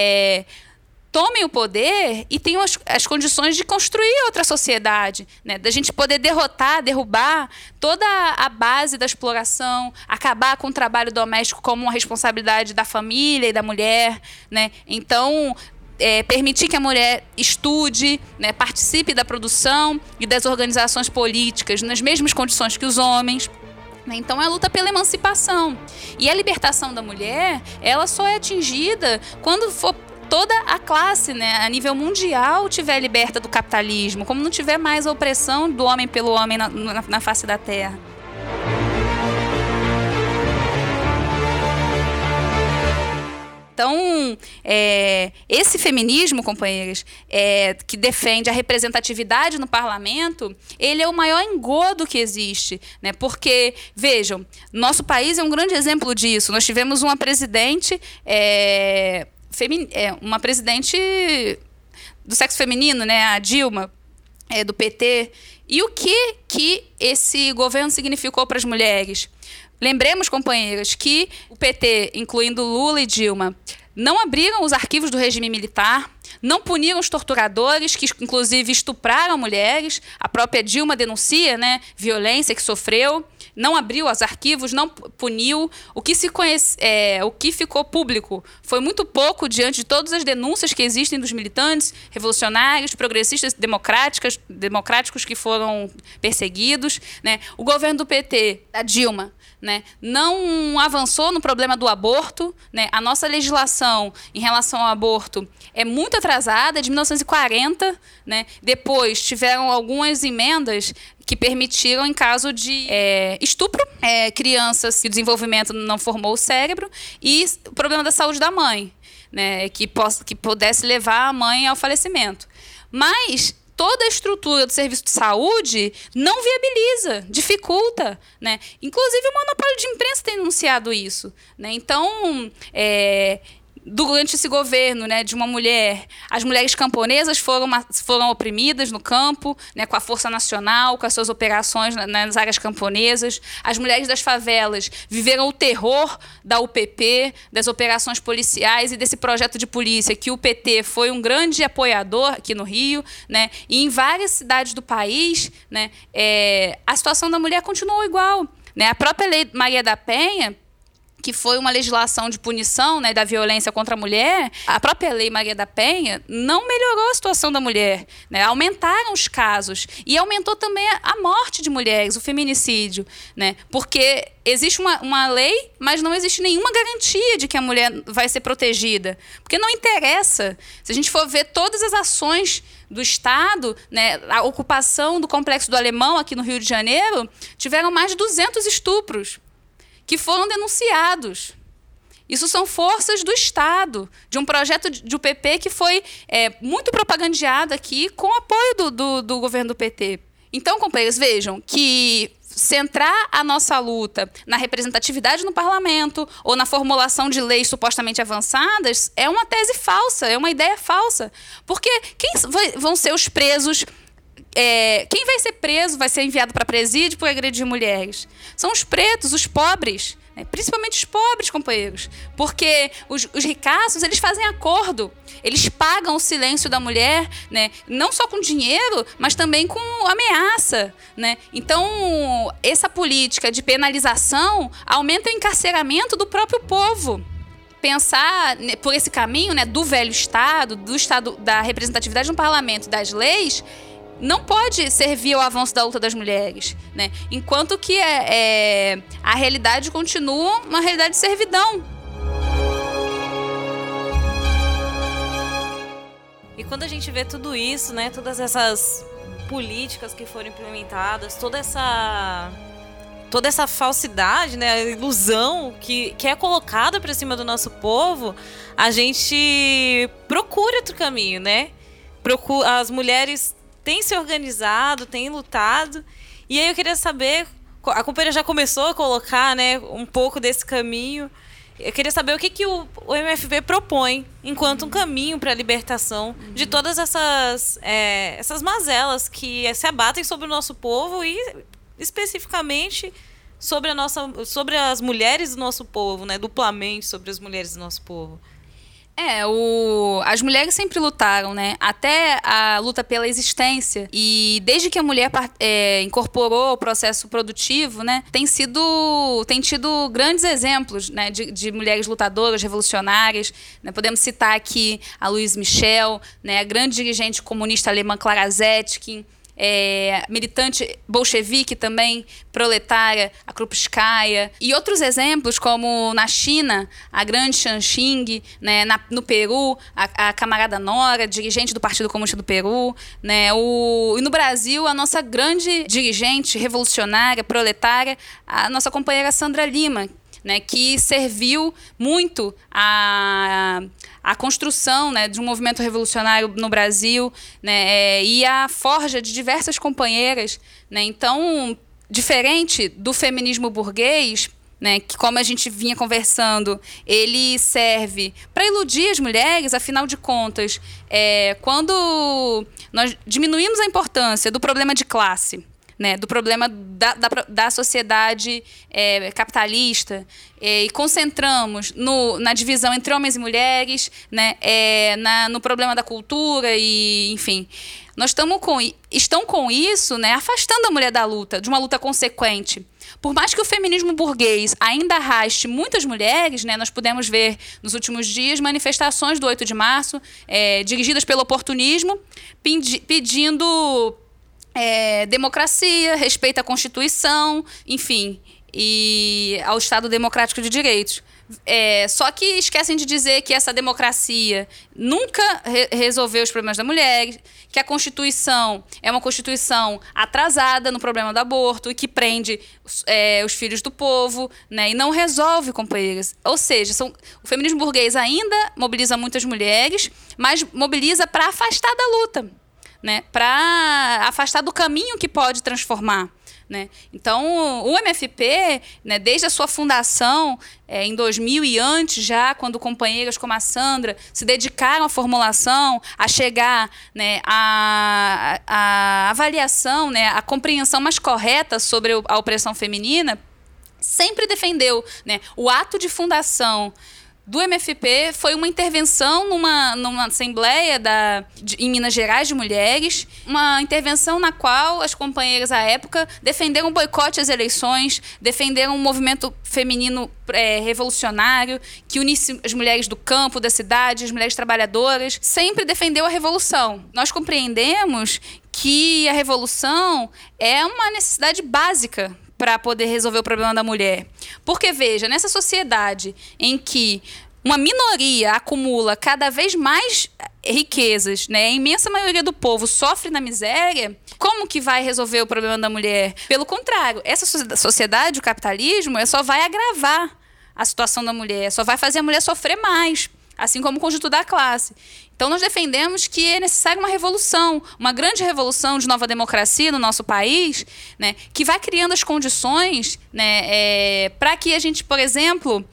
tomem o poder e tenham as condições de construir outra sociedade, né? Da gente poder derrubar toda a base da exploração, acabar com o trabalho doméstico como uma responsabilidade da família e da mulher, né? Então, permitir que a mulher estude, né, participe da produção e das organizações políticas nas mesmas condições que os homens. Então, é a luta pela emancipação. E a libertação da mulher, ela só é atingida quando for toda a classe, né, a nível mundial, tiver liberta do capitalismo, como não tiver mais a opressão do homem pelo homem na face da terra. Então, esse feminismo, companheiros, que defende a representatividade no parlamento, ele é o maior engodo que existe, né? Porque, vejam, nosso país é um grande exemplo disso. Nós tivemos uma presidente do sexo feminino, né, a Dilma, do PT. E o que esse governo significou para as mulheres? Lembremos, companheiras, que o PT, incluindo Lula e Dilma, não abriram os arquivos do regime militar, não puniram os torturadores, que inclusive estupraram mulheres. A própria Dilma denuncia, né, violência que sofreu. não abriu os arquivos, não puniu. O que ficou público foi muito pouco diante de todas as denúncias que existem dos militantes revolucionários, progressistas, democráticos que foram perseguidos, né? O governo do PT, da Dilma, né, não avançou no problema do aborto, né? A nossa legislação em relação ao aborto é muito atrasada, é de 1940, né? Depois tiveram algumas emendas que permitiram, em caso de estupro, crianças que o desenvolvimento não formou o cérebro, e o problema da saúde da mãe, né, que pudesse levar a mãe ao falecimento. Mas toda a estrutura do serviço de saúde não viabiliza, dificulta, né? Inclusive o monopólio de imprensa tem denunciado isso, né? Então, durante esse governo, né, de uma mulher, as mulheres camponesas foram oprimidas no campo, né, com a Força Nacional, com as suas operações nas áreas camponesas. As mulheres das favelas viveram o terror da UPP, das operações policiais e desse projeto de polícia que o PT foi um grande apoiador aqui no Rio, né, e em várias cidades do país, né, a situação da mulher continuou igual, né? A própria Lei Maria da Penha, que foi uma legislação de punição, né, da violência contra a mulher, a própria Lei Maria da Penha não melhorou a situação da mulher, né? Aumentaram os casos e aumentou também a morte de mulheres, o feminicídio, né? Porque existe uma lei, mas não existe nenhuma garantia de que a mulher vai ser protegida. Porque não interessa. Se a gente for ver todas as ações do Estado, né, a ocupação do Complexo do Alemão aqui no Rio de Janeiro, tiveram mais de 200 estupros que foram denunciados. Isso são forças do Estado, de um projeto do PP que foi muito propagandeado aqui com o apoio do governo do PT. Então, companheiros, vejam que centrar a nossa luta na representatividade no parlamento ou na formulação de leis supostamente avançadas é uma tese falsa, é uma ideia falsa. Porque quem vão ser os presos? Quem vai ser preso, vai ser enviado para presídio por agredir mulheres? São os pretos, os pobres, né? Principalmente os pobres, companheiros. Porque os ricaços, eles fazem acordo. Eles pagam o silêncio da mulher, né? Não só com dinheiro, mas também com ameaça, né? Então, essa política de penalização aumenta o encarceramento do próprio povo. Pensar por esse caminho, né, do velho Estado, do Estado da representatividade no parlamento, das leis, não pode servir ao avanço da luta das mulheres, né? Enquanto que a realidade continua uma realidade de servidão. E quando a gente vê tudo isso, né, todas essas políticas que foram implementadas, toda essa falsidade, né, a ilusão que é colocada para cima do nosso povo, a gente procura outro caminho, né? As mulheres têm se organizado, têm lutado. E aí eu queria saber, a companheira já começou a colocar, né, um pouco desse caminho. Eu queria saber o que o MFV propõe enquanto um caminho para a libertação de todas essas mazelas que se abatem sobre o nosso povo e especificamente sobre as mulheres do nosso povo, né, duplamente sobre as mulheres do nosso povo. As mulheres sempre lutaram, né? Até a luta pela existência. E desde que a mulher incorporou o processo produtivo, né, tem tido grandes exemplos, né, de mulheres lutadoras, revolucionárias, né? Podemos citar aqui a Louise Michel, né, a grande dirigente comunista alemã Clara Zetkin, militante bolchevique também, proletária, a Krupskaya, e outros exemplos como na China, a grande Xian Xing, né, no Peru, a camarada Nora, dirigente do Partido Comunista do Peru, né, e no Brasil, a nossa grande dirigente revolucionária, proletária, a nossa companheira Sandra Lima, né, que serviu muito à construção, né, de um movimento revolucionário no Brasil, né, e a forja de diversas companheiras, né. Então, diferente do feminismo burguês, né, que, como a gente vinha conversando, ele serve para iludir as mulheres. Afinal de contas, quando nós diminuímos a importância do problema de classe, né, do problema da sociedade capitalista, e concentramos na divisão entre homens e mulheres, né, no problema da cultura e, enfim, estão com isso, né, afastando a mulher da luta, de uma luta consequente. Por mais que o feminismo burguês ainda arraste muitas mulheres, né, nós pudemos ver nos últimos dias manifestações do 8 de março, dirigidas pelo oportunismo, pedindo democracia, respeito à Constituição, enfim, e ao Estado Democrático de Direitos. Só que esquecem de dizer que essa democracia nunca resolveu os problemas da mulher, que a Constituição é uma Constituição atrasada no problema do aborto e que prende os filhos do povo, né, e não resolve, companheiras. Ou seja, o feminismo burguês ainda mobiliza muitas mulheres, mas mobiliza para afastar da luta, né, para afastar do caminho que pode transformar. Né? Então, o MFP, né, desde a sua fundação, em 2000 e antes, já quando companheiras como a Sandra se dedicaram à formulação, a chegar, né, à avaliação, né, à compreensão mais correta sobre a opressão feminina, sempre defendeu, né, o ato de fundação do MFP foi uma intervenção numa assembleia em Minas Gerais de mulheres, uma intervenção na qual as companheiras à época defenderam o boicote às eleições, defenderam um movimento feminino revolucionário que unisse as mulheres do campo, da cidade, as mulheres trabalhadoras, sempre defendeu a revolução. Nós compreendemos que a revolução é uma necessidade básica para poder resolver o problema da mulher. Porque, veja, nessa sociedade em que uma minoria acumula cada vez mais riquezas, né, a imensa maioria do povo sofre na miséria, como que vai resolver o problema da mulher? Pelo contrário, essa sociedade, o capitalismo, só vai agravar a situação da mulher, só vai fazer a mulher sofrer mais, assim como o conjunto da classe. Então, nós defendemos que é necessária uma revolução, uma grande revolução de nova democracia no nosso país, né, que vai criando as condições, né, para que a gente, por exemplo,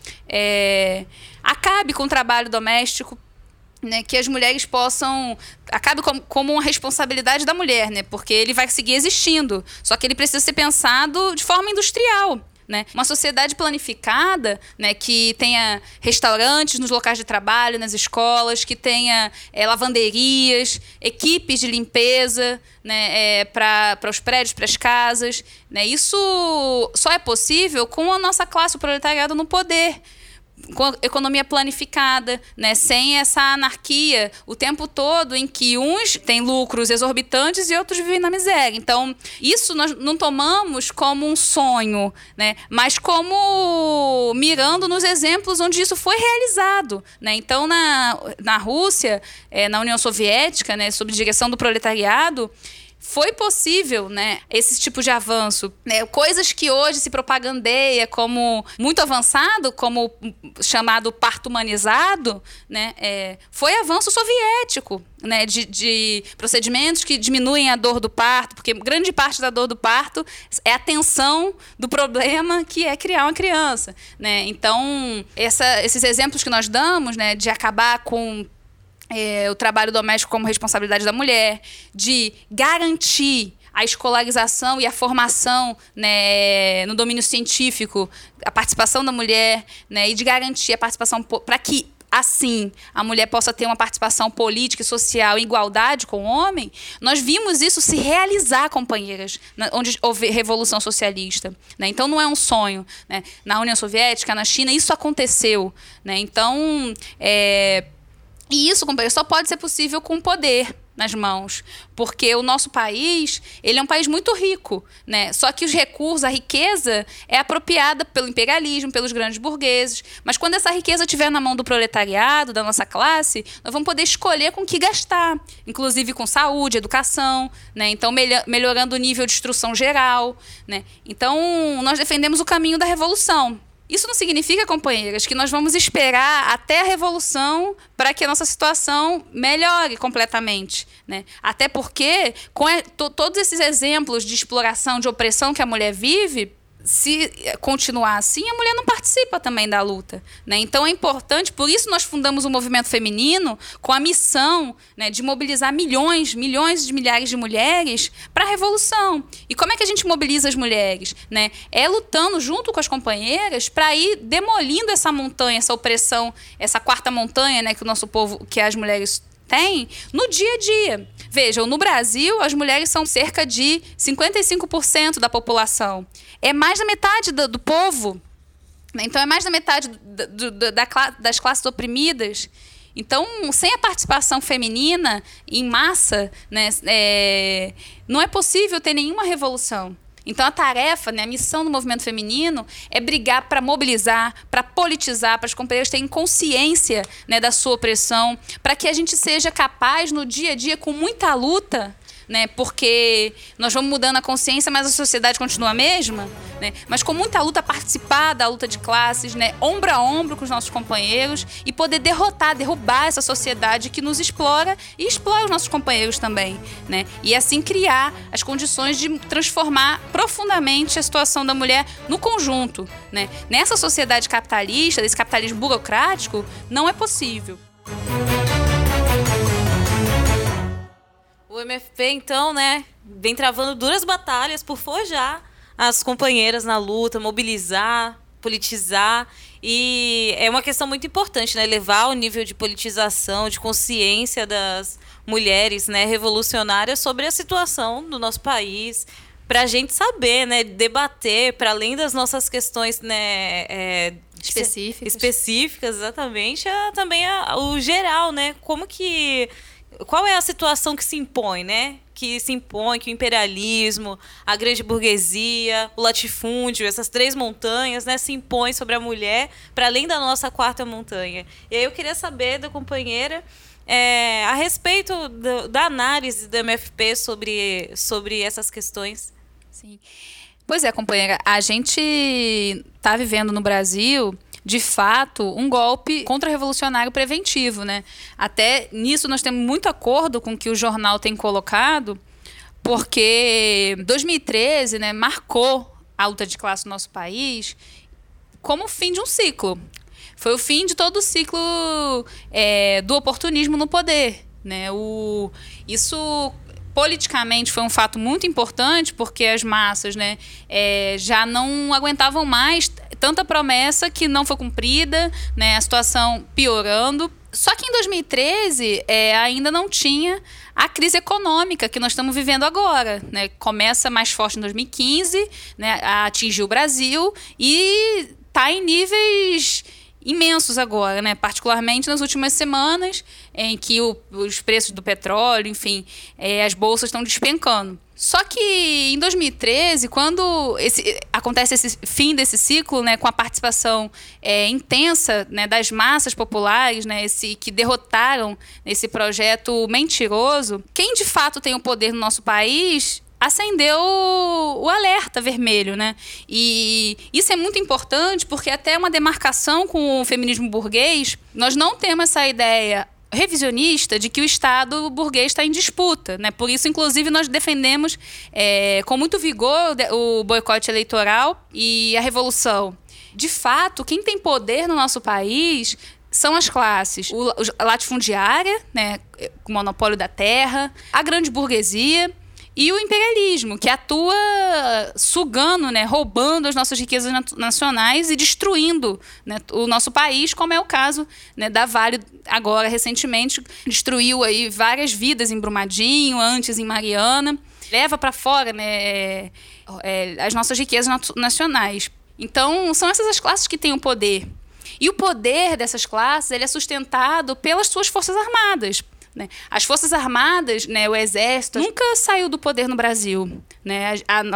acabe com o trabalho doméstico, né, que as mulheres possam... Acabe como uma responsabilidade da mulher, né, porque ele vai seguir existindo, só que ele precisa ser pensado de forma industrial. Né? Uma sociedade planificada, né, que tenha restaurantes nos locais de trabalho, nas escolas, que tenha lavanderias, equipes de limpeza, né, para os prédios, para as casas. Né? Isso só é possível com a nossa classe, o proletariado, no poder, com a economia planificada, né, sem essa anarquia o tempo todo em que uns têm lucros exorbitantes e outros vivem na miséria. Então, isso nós não tomamos como um sonho, né, mas como mirando nos exemplos onde isso foi realizado. Né? Então, na Rússia, na União Soviética, né, sob direção do proletariado, foi possível, né, esse tipo de avanço. Né? Coisas que hoje se propagandeia como muito avançado, como chamado parto humanizado, né, foi avanço soviético, né, de procedimentos que diminuem a dor do parto, porque grande parte da dor do parto é a tensão do problema que é criar uma criança. Né? Então, esses exemplos que nós damos, né, de acabar com o trabalho doméstico como responsabilidade da mulher, de garantir a escolarização e a formação, né, no domínio científico, a participação da mulher, né, e de garantir a participação para que, assim, a mulher possa ter uma participação política e social em igualdade com o homem, nós vimos isso se realizar, companheiras, onde houve revolução socialista. Né? Então, não é um sonho. Né? Na União Soviética, na China, isso aconteceu. Né? Então, e isso, companheiro, só pode ser possível com poder nas mãos, porque o nosso país, ele é um país muito rico, né? Só que os recursos, a riqueza é apropriada pelo imperialismo, pelos grandes burgueses, mas quando essa riqueza estiver na mão do proletariado, da nossa classe, nós vamos poder escolher com o que gastar, inclusive com saúde, educação, né? Então, melhorando o nível de instrução geral, né? Então, nós defendemos o caminho da revolução. Isso não significa, companheiras, que nós vamos esperar até a revolução para que a nossa situação melhore completamente. Né? Até porque, com todos esses exemplos de exploração, de opressão que a mulher vive, se continuar assim, a mulher não participa também da luta, né? Então é importante, por isso nós fundamos o movimento feminino com a missão, né, de mobilizar milhões de milhares de mulheres para a revolução. E como é que a gente mobiliza as mulheres, né? É lutando junto com as companheiras para ir demolindo essa montanha, essa opressão, essa quarta montanha, né, que o nosso povo, que as mulheres têm no dia a dia. Vejam, no Brasil, as mulheres são cerca de 55% da população. É mais da metade do povo. Então, é mais da metade das classes oprimidas. Então, sem a participação feminina em massa, né, não é possível ter nenhuma revolução. Então, a tarefa, né, a missão do movimento feminino é brigar para mobilizar, para politizar, para as companheiras terem consciência, né, da sua opressão, para que a gente seja capaz, no dia a dia, com muita luta, né, porque nós vamos mudando a consciência, mas a sociedade continua a mesma, né, mas com muita luta, participar da luta de classes, né, ombro a ombro com os nossos companheiros e poder derrubar essa sociedade que nos explora e explora os nossos companheiros também, né, e assim criar as condições de transformar profundamente a situação da mulher no conjunto, né. Nessa sociedade capitalista, desse capitalismo burocrático, não é possível. O MFP, então, né, vem travando duras batalhas por forjar as companheiras na luta, mobilizar, politizar. E é uma questão muito importante, né, elevar o nível de politização, de consciência das mulheres, né, revolucionárias sobre a situação do nosso país, para a gente saber, né, debater, para além das nossas questões, né, específicas, exatamente, também o geral, né, qual é a situação que se impõe, né? Que o imperialismo, a grande burguesia, o latifúndio, essas três montanhas, né, se impõem sobre a mulher, para além da nossa quarta montanha. E aí eu queria saber da companheira a respeito da análise do MFP sobre essas questões. Sim. Pois é, companheira, a gente está vivendo no Brasil, de fato, um golpe contra-revolucionário preventivo, né? Até nisso nós temos muito acordo com o que o jornal tem colocado, porque 2013, né, marcou a luta de classe no nosso país como o fim de um ciclo. Foi o fim de todo o ciclo do oportunismo no poder, né? Isso politicamente foi um fato muito importante, porque as massas, né, já não aguentavam mais tanta promessa que não foi cumprida, né, a situação piorando. Só que em 2013 ainda não tinha a crise econômica que nós estamos vivendo agora, né? Começa mais forte em 2015, né, a atingir o Brasil e está em níveis imensos agora, né? Particularmente nas últimas semanas, em que os preços do petróleo, enfim, as bolsas estão despencando. Só que em 2013, quando acontece esse fim desse ciclo, né, com a participação intensa, né, das massas populares, né, que derrotaram esse projeto mentiroso, quem de fato tem o poder no nosso país acendeu o alerta vermelho, né? E isso é muito importante porque até uma demarcação com o feminismo burguês, nós não temos essa ideia revisionista de que o Estado burguês está em disputa, né? Por isso, inclusive, nós defendemos com muito vigor o boicote eleitoral e a revolução. De fato, quem tem poder no nosso país são as classes, a latifundiária, né, com o monopólio da terra, a grande burguesia e o imperialismo, que atua sugando, né, roubando as nossas riquezas nacionais e destruindo, né, o nosso país, como é o caso, né, da Vale agora, recentemente, destruiu aí várias vidas em Brumadinho, antes em Mariana, leva para fora, né, as nossas riquezas nacionais. Então, são essas as classes que têm o poder. E o poder dessas classes ele é sustentado pelas suas forças armadas. As Forças Armadas, né, o Exército, nunca saiu do poder no Brasil, né?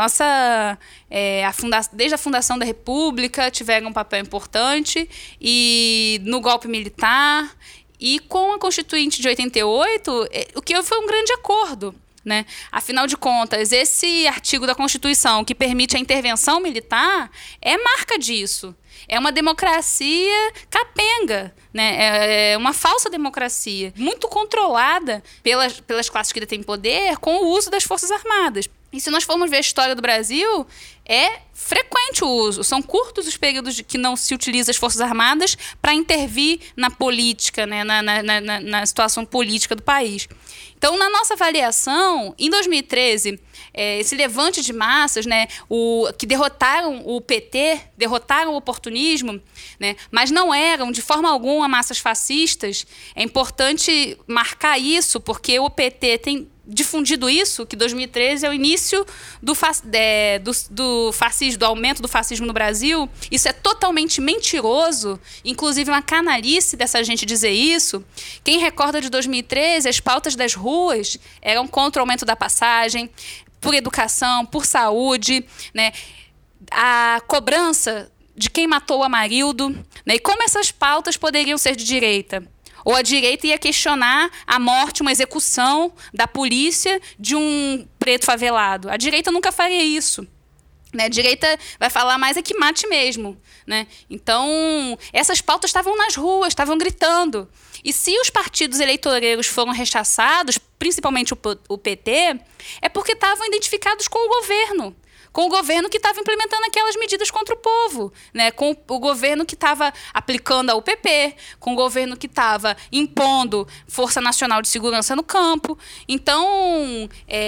Desde a fundação da República tiveram um papel importante e no golpe militar e com a Constituinte de 88, o que houve foi um grande acordo, né? Afinal de contas, esse artigo da Constituição que permite a intervenção militar é marca disso. É uma democracia capenga, né? É uma falsa democracia, muito controlada pelas classes que detêm poder com o uso das Forças Armadas. E se nós formos ver a história do Brasil, é frequente o uso. São curtos os períodos que não se utiliza as Forças Armadas para intervir na política, né, na situação política do país. Então, na nossa avaliação, em 2013, esse levante de massas, né, que derrotaram o PT, derrotaram o oportunismo, né, mas não eram, de forma alguma, massas fascistas. É importante marcar isso, porque o PT tem difundido isso, que 2013 é o início do fascismo, do aumento do fascismo no Brasil. Isso é totalmente mentiroso, inclusive uma canalice dessa gente dizer isso. Quem recorda de 2013, as pautas das ruas eram contra o aumento da passagem, por educação, por saúde, né? A cobrança de quem matou o Amarildo, né? E como essas pautas poderiam ser de direita? Ou a direita ia questionar a morte, uma execução da polícia de um preto favelado. A direita nunca faria isso. Né? A direita vai falar mais é que mate mesmo. Né? Então, essas pautas estavam nas ruas, estavam gritando. E se os partidos eleitoreiros foram rechaçados, principalmente o PT, é porque estavam identificados com o governo que estava implementando aquelas medidas contra o povo, né? Com o governo que estava aplicando a UPP, com o governo que estava impondo Força Nacional de Segurança no campo. Então,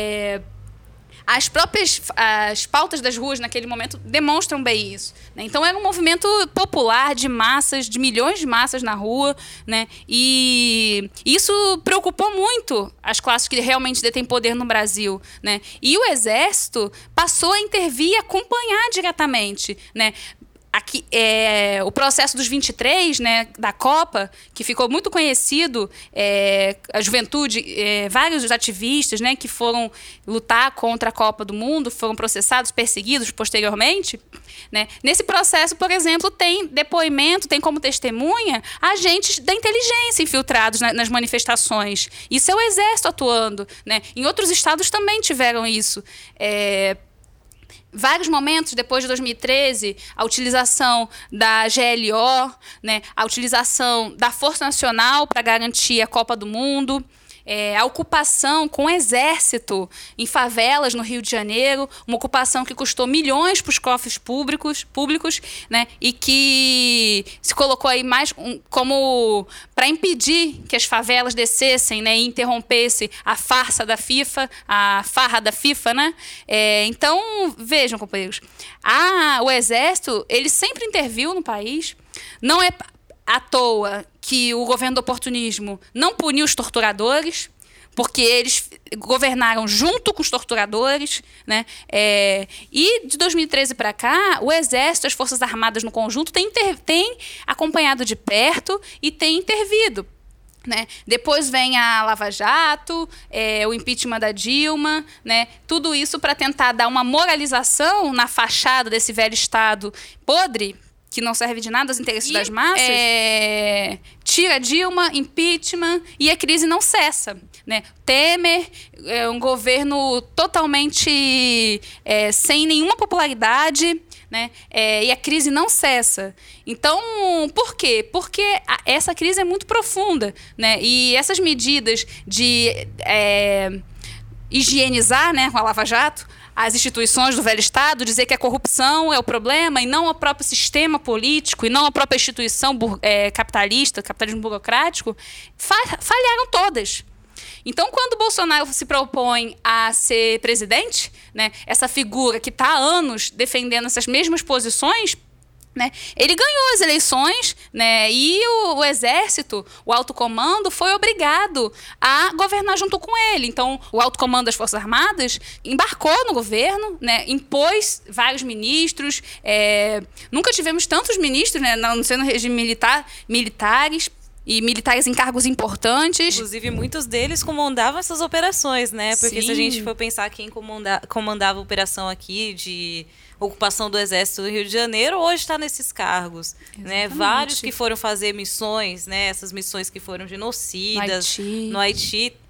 as pautas das ruas naquele momento demonstram bem isso. Né? Então, era um movimento popular de massas, de milhões de massas na rua, né? E isso preocupou muito as classes que realmente detêm poder no Brasil. Né? E o Exército passou a intervir e acompanhar diretamente, né? Aqui, o processo dos 23, né, da Copa, que ficou muito conhecido, a juventude, vários ativistas, né, que foram lutar contra a Copa do Mundo, foram processados, perseguidos posteriormente. Né? Nesse processo, por exemplo, tem depoimento, tem como testemunha agentes da inteligência infiltrados nas manifestações. Isso é o Exército atuando. Né? Em outros estados também tiveram isso. Vários momentos, depois de 2013, a utilização da GLO, né, a utilização da Força Nacional para garantir a Copa do Mundo, a ocupação com o exército em favelas no Rio de Janeiro, uma ocupação que custou milhões para os cofres públicos, né, e que se colocou aí mais como para impedir que as favelas descessem, né, e interrompessem a farsa da FIFA, a farra da FIFA, né? Então, vejam, companheiros, o exército ele sempre interviu no país, não é à toa que o governo do oportunismo não puniu os torturadores, porque eles governaram junto com os torturadores, né? E de 2013 para cá, o Exército, as Forças Armadas no conjunto, têm acompanhado de perto e têm intervido. Né? Depois vem a Lava Jato, o impeachment da Dilma, né? Tudo isso para tentar dar uma moralização na fachada desse velho Estado podre, que não serve de nada aos interesses das massas, tira Dilma, impeachment, e a crise não cessa. Né? Temer é um governo totalmente sem nenhuma popularidade, né? E a crise não cessa. Então, por quê? Porque essa crise é muito profunda. Né? E essas medidas de higienizar, né, com a Lava Jato, as instituições do velho Estado, dizer que a corrupção é o problema e não o próprio sistema político e não a própria instituição capitalista, capitalismo burocrático, falharam todas. Então, quando o Bolsonaro se propõe a ser presidente, né, essa figura que está há anos defendendo essas mesmas posições, né, ele ganhou as eleições, né, e o Exército, o alto comando, foi obrigado a governar junto com ele. Então, o alto comando das Forças Armadas embarcou no governo, né, impôs vários ministros. Nunca tivemos tantos ministros, né, não sendo regime militares. E militares em cargos importantes. Inclusive, muitos deles comandavam essas operações, né? Porque Sim. Se a gente for pensar quem comandava a operação aqui de ocupação do Exército do Rio de Janeiro, hoje está nesses cargos. Né? Vários que foram fazer missões, né? Essas missões que foram genocidas no Haiti.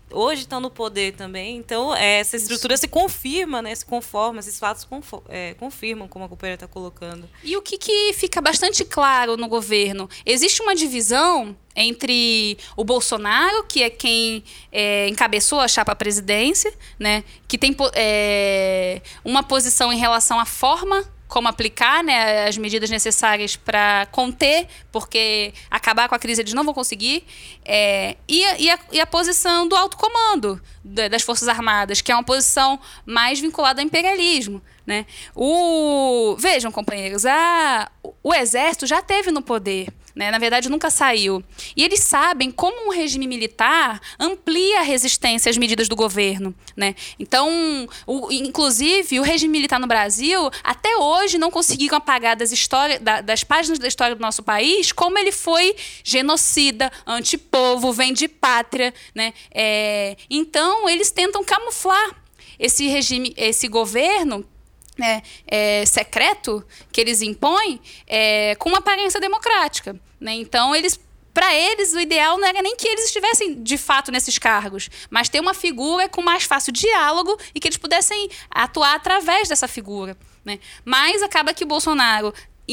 hoje estão no poder também. Então, essa estrutura se confirma, né? Se conforma, esses fatos confirmam, como a companheira está colocando. E o que fica bastante claro no governo? Existe uma divisão entre o Bolsonaro, que é quem encabeçou a chapa à presidência, né? Que tem uma posição em relação à forma como aplicar, né, as medidas necessárias para conter, porque acabar com a crise eles não vão conseguir, e a posição do alto comando das Forças Armadas, que é uma posição mais vinculada ao imperialismo, né? Vejam, companheiros, o Exército já esteve no poder, né? Na verdade, nunca saiu. E eles sabem como um regime militar amplia a resistência às medidas do governo, né? Então, inclusive, o regime militar no Brasil, até hoje, não conseguiram apagar das páginas da história do nosso país como ele foi genocida, antipovo, vende pátria, né? Então, eles tentam camuflar esse regime, esse governo, né, secreto que eles impõem com uma aparência democrática, né? Então, para eles, o ideal não era nem que eles estivessem de fato nesses cargos, mas ter uma figura com mais fácil diálogo e que eles pudessem atuar através dessa figura, né? Mas acaba que o Bolsonaro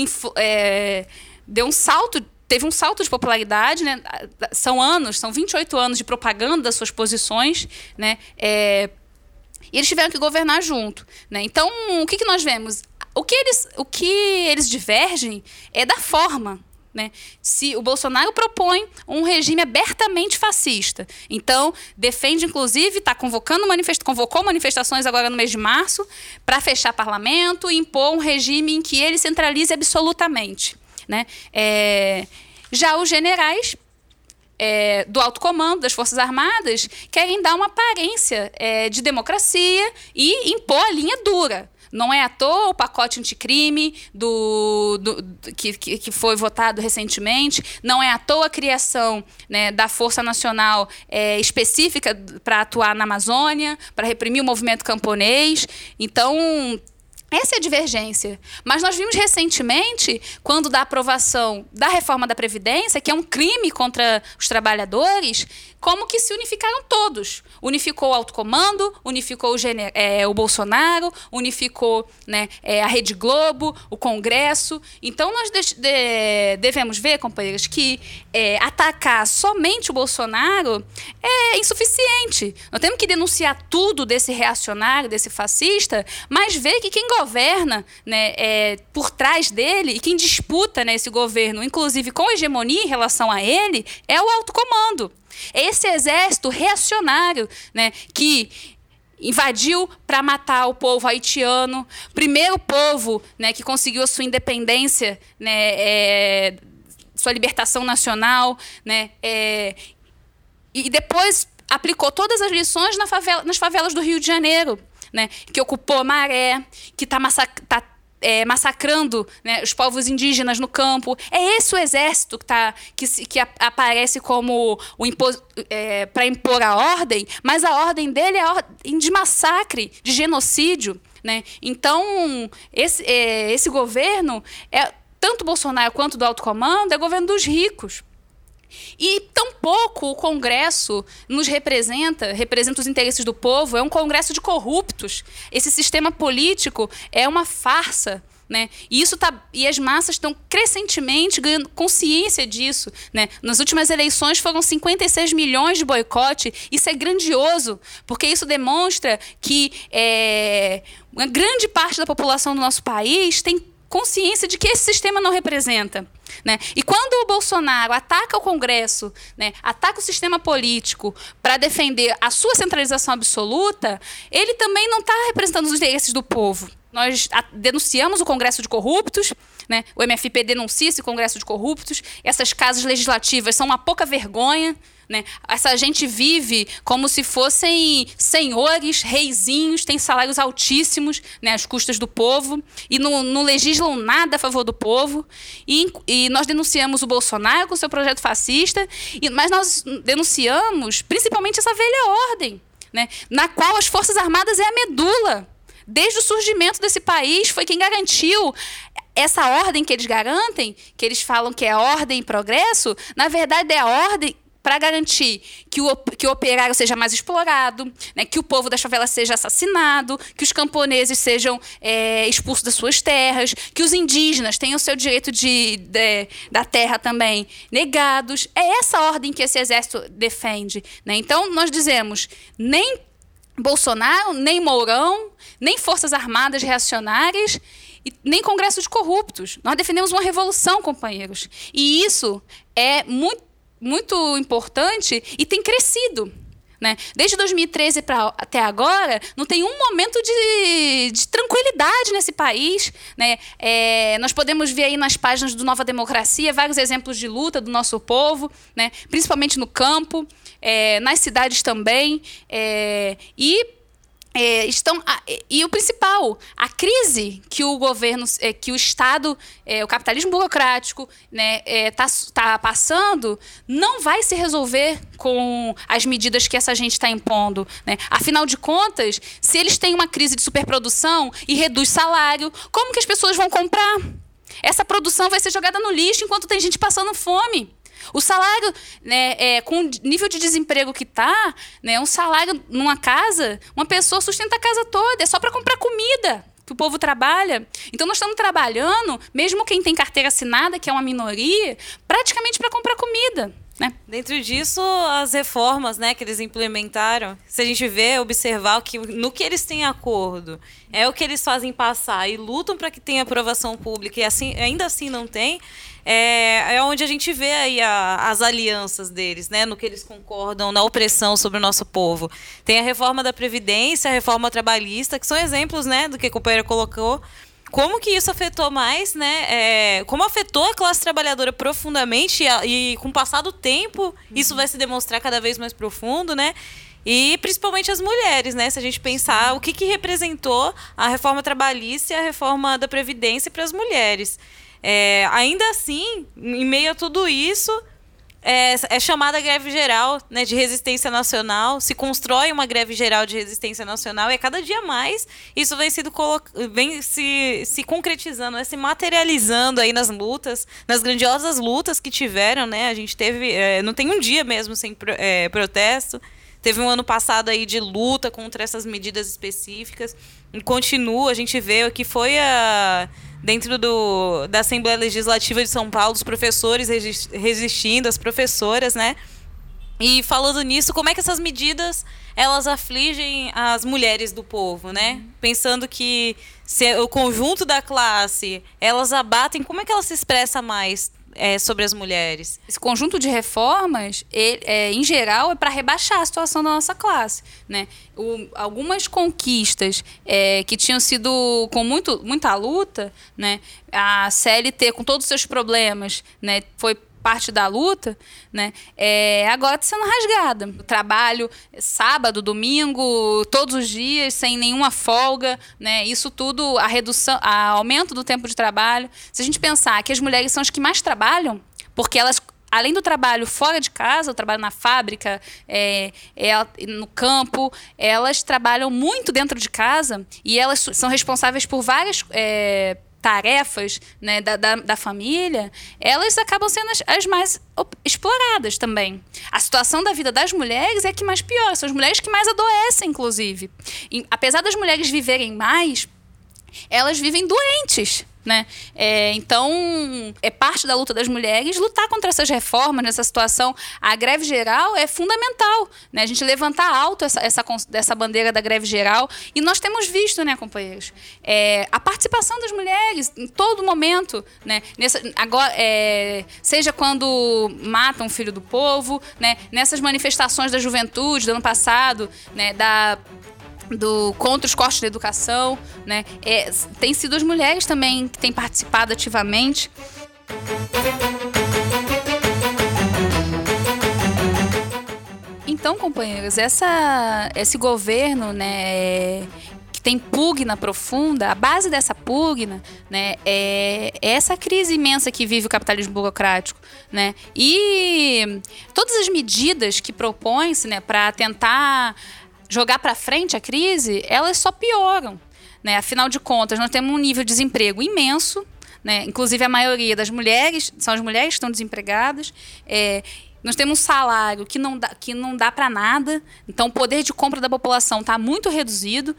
teve um salto de popularidade, né? São 28 anos de propaganda das suas posições, né? E eles tiveram que governar junto, né? Então, o que nós vemos? O que eles divergem é da forma, né? Se o Bolsonaro propõe um regime abertamente fascista, então defende, inclusive, convocou manifestações agora no mês de março para fechar parlamento e impor um regime em que ele centralize absolutamente, né? Já os generais do alto comando das Forças Armadas querem dar uma aparência de democracia e impor a linha dura. Não é à toa o pacote anticrime que foi votado recentemente, não é à toa a criação, né, da Força Nacional específica para atuar na Amazônia, para reprimir o movimento camponês. Então, essa é a divergência. Mas nós vimos recentemente, quando da aprovação da reforma da Previdência, que é um crime contra os trabalhadores, como que se unificaram todos. Unificou o alto comando, unificou o Bolsonaro, unificou, né, a Rede Globo, o Congresso. Então, nós devemos ver, companheiros, que atacar somente o Bolsonaro é insuficiente. Nós temos que denunciar tudo desse reacionário, desse fascista, mas ver que quem governa, né, por trás dele e quem disputa, né, esse governo, inclusive com hegemonia em relação a ele, é o alto comando. Esse exército reacionário, né, que invadiu para matar o povo haitiano, primeiro povo, né, que conseguiu a sua independência, né, sua libertação nacional, né, e depois aplicou todas as lições nas favelas do Rio de Janeiro, né, que ocupou a Maré, que está massacrando, né, os povos indígenas no campo. É esse o exército que aparece como para impor a ordem, mas a ordem dele é a ordem de massacre, de genocídio, né? Então, esse governo, tanto Bolsonaro quanto do alto comando, é governo dos ricos. E tampouco o Congresso nos representa os interesses do povo, é um Congresso de corruptos. Esse sistema político é uma farsa, né? E as massas estão crescentemente ganhando consciência disso, né? Nas últimas eleições foram 56 milhões de boicote. Isso é grandioso, porque isso demonstra que uma grande parte da população do nosso país tem consciência de que esse sistema não representa, né? E quando o Bolsonaro ataca o Congresso, né, ataca o sistema político para defender a sua centralização absoluta, ele também não está representando os interesses do povo. Nós denunciamos o Congresso de corruptos, né? O MFP denuncia esse Congresso de corruptos. Essas casas legislativas são uma pouca vergonha, né? Essa gente vive como se fossem senhores, reizinhos, têm salários altíssimos, né, às custas do povo, e não legislam nada a favor do povo. E nós denunciamos o Bolsonaro com seu projeto fascista, mas nós denunciamos principalmente essa velha ordem, né, na qual as Forças Armadas é a medula. Desde o surgimento desse país, foi quem garantiu essa ordem que eles garantem, que eles falam que é ordem e progresso, na verdade é a ordem para garantir que o operário seja mais explorado, né, que o povo das favelas seja assassinado, que os camponeses sejam expulsos das suas terras, que os indígenas tenham o seu direito da terra também negados. É essa ordem que esse exército defende, né? Então, nós dizemos, nem Bolsonaro, nem Mourão, nem Forças Armadas reacionárias, e nem Congresso de corruptos. Nós defendemos uma revolução, companheiros. E isso é muito importante e tem crescido, né? Desde 2013 até agora, não tem um momento de tranquilidade nesse país, né? Nós podemos ver aí nas páginas do Nova Democracia vários exemplos de luta do nosso povo, né? Principalmente no campo, nas cidades também. E o principal, a crise que o governo, que o Estado, o capitalismo burocrático, né, tá passando, não vai se resolver com as medidas que essa gente está impondo, né? Afinal de contas, se eles têm uma crise de superprodução e reduz salário, como que as pessoas vão comprar? Essa produção vai ser jogada no lixo enquanto tem gente passando fome. O salário, né, com o nível de desemprego que está, né, um salário numa casa, uma pessoa sustenta a casa toda, é só para comprar comida que o povo trabalha. Então, nós estamos trabalhando, mesmo quem tem carteira assinada, que é uma minoria, praticamente para comprar comida, né? Dentro disso, as reformas, né, que eles implementaram, se a gente observar que no que eles têm acordo, é o que eles fazem passar e lutam para que tenha aprovação pública e assim, ainda assim não tem, é onde a gente vê aí as alianças deles, né, no que eles concordam, na opressão sobre o nosso povo. Tem a reforma da Previdência, a reforma trabalhista, que são exemplos, né, do que a companheira colocou. Como que isso afetou mais, né? Como afetou a classe trabalhadora profundamente e com o passar do tempo, isso vai se demonstrar cada vez mais profundo, né? E principalmente as mulheres, né? Se a gente pensar o que representou a reforma trabalhista e a reforma da Previdência para as mulheres. Ainda assim, em meio a tudo isso, é chamada greve geral, né, de resistência nacional, se constrói uma greve geral de resistência nacional e cada dia mais isso vem se concretizando, se materializando aí nas lutas, nas grandiosas lutas que tiveram, né? A gente teve, não tem um dia mesmo sem protesto. Teve um ano passado aí de luta contra essas medidas específicas. E continua, a gente vê que foi dentro da Assembleia Legislativa de São Paulo, os professores resistindo, as professoras, né? E falando nisso, como é que essas medidas elas afligem as mulheres do povo, né? Pensando que se o conjunto da classe elas abatem, como é que ela se expressa mais sobre as mulheres? Esse conjunto de reformas, em geral, é para rebaixar a situação da nossa classe, né? Algumas conquistas que tinham sido com muita luta, né? A CLT, com todos os seus problemas, né? Foi parte da luta, né? Agora está sendo rasgada. O trabalho sábado, domingo, todos os dias, sem nenhuma folga, né? Isso tudo, aumento do tempo de trabalho. Se a gente pensar que as mulheres são as que mais trabalham, porque elas, além do trabalho fora de casa, o trabalho na fábrica, no campo, elas trabalham muito dentro de casa e elas são responsáveis por várias tarefas, né, da família, elas acabam sendo as mais exploradas também. A situação da vida das mulheres é a que mais piora, são as mulheres que mais adoecem, inclusive. E, apesar das mulheres viverem mais, elas vivem doentes, né? Então, é parte da luta das mulheres lutar contra essas reformas, nessa situação. A greve geral é fundamental, né? A gente levantar alto essa bandeira da greve geral. E nós temos visto, né, companheiros, a participação das mulheres em todo momento, né? Agora, seja quando matam o filho do povo, né? Nessas manifestações da juventude do ano passado, né? Contra os cortes da educação, né? Tem sido as mulheres também que têm participado ativamente. Então, companheiros, esse governo, né, que tem pugna profunda, a base dessa pugna, né, é essa crise imensa que vive o capitalismo burocrático, né? E todas as medidas que propõem-se, né, para tentar jogar para frente a crise, elas só pioram, né? Afinal de contas, nós temos um nível de desemprego imenso, né? Inclusive a maioria das mulheres, são as mulheres que estão desempregadas, Nós temos um salário que não dá para nada. Então, o poder de compra da população está muito reduzido.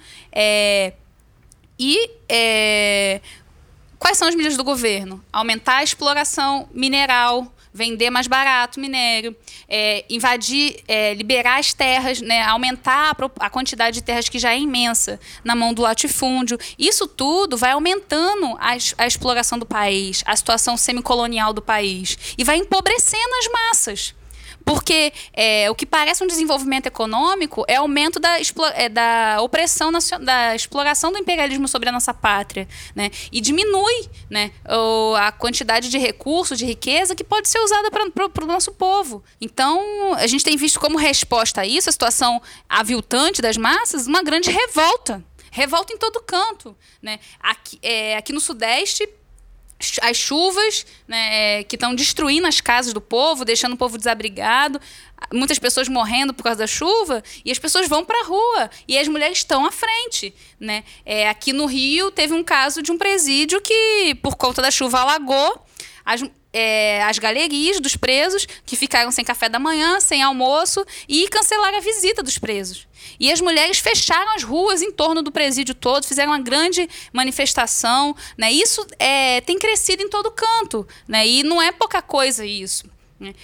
Quais são as medidas do governo? Aumentar a exploração mineral, vender mais barato o minério, liberar as terras, né, aumentar a quantidade de terras que já é imensa na mão do latifúndio. Isso tudo vai aumentando a exploração do país, a situação semicolonial do país, e vai empobrecendo as massas. Porque o que parece um desenvolvimento econômico é aumento da opressão, da exploração do imperialismo sobre a nossa pátria, né? E diminui, né, a quantidade de recursos, de riqueza que pode ser usada para o nosso povo. Então, a gente tem visto como resposta a isso, a situação aviltante das massas, uma grande revolta. Revolta em todo canto, né? Aqui no Sudeste, as chuvas, né, que estão destruindo as casas do povo, deixando o povo desabrigado, muitas pessoas morrendo por causa da chuva, e as pessoas vão para a rua, e as mulheres estão à frente, né? Aqui no Rio teve um caso de um presídio que, por conta da chuva, alagou as galerias dos presos, que ficaram sem café da manhã, sem almoço, e cancelaram a visita dos presos. E as mulheres fecharam as ruas em torno do presídio todo, fizeram uma grande manifestação, né? Isso tem crescido em todo canto, né? E não é pouca coisa isso, né?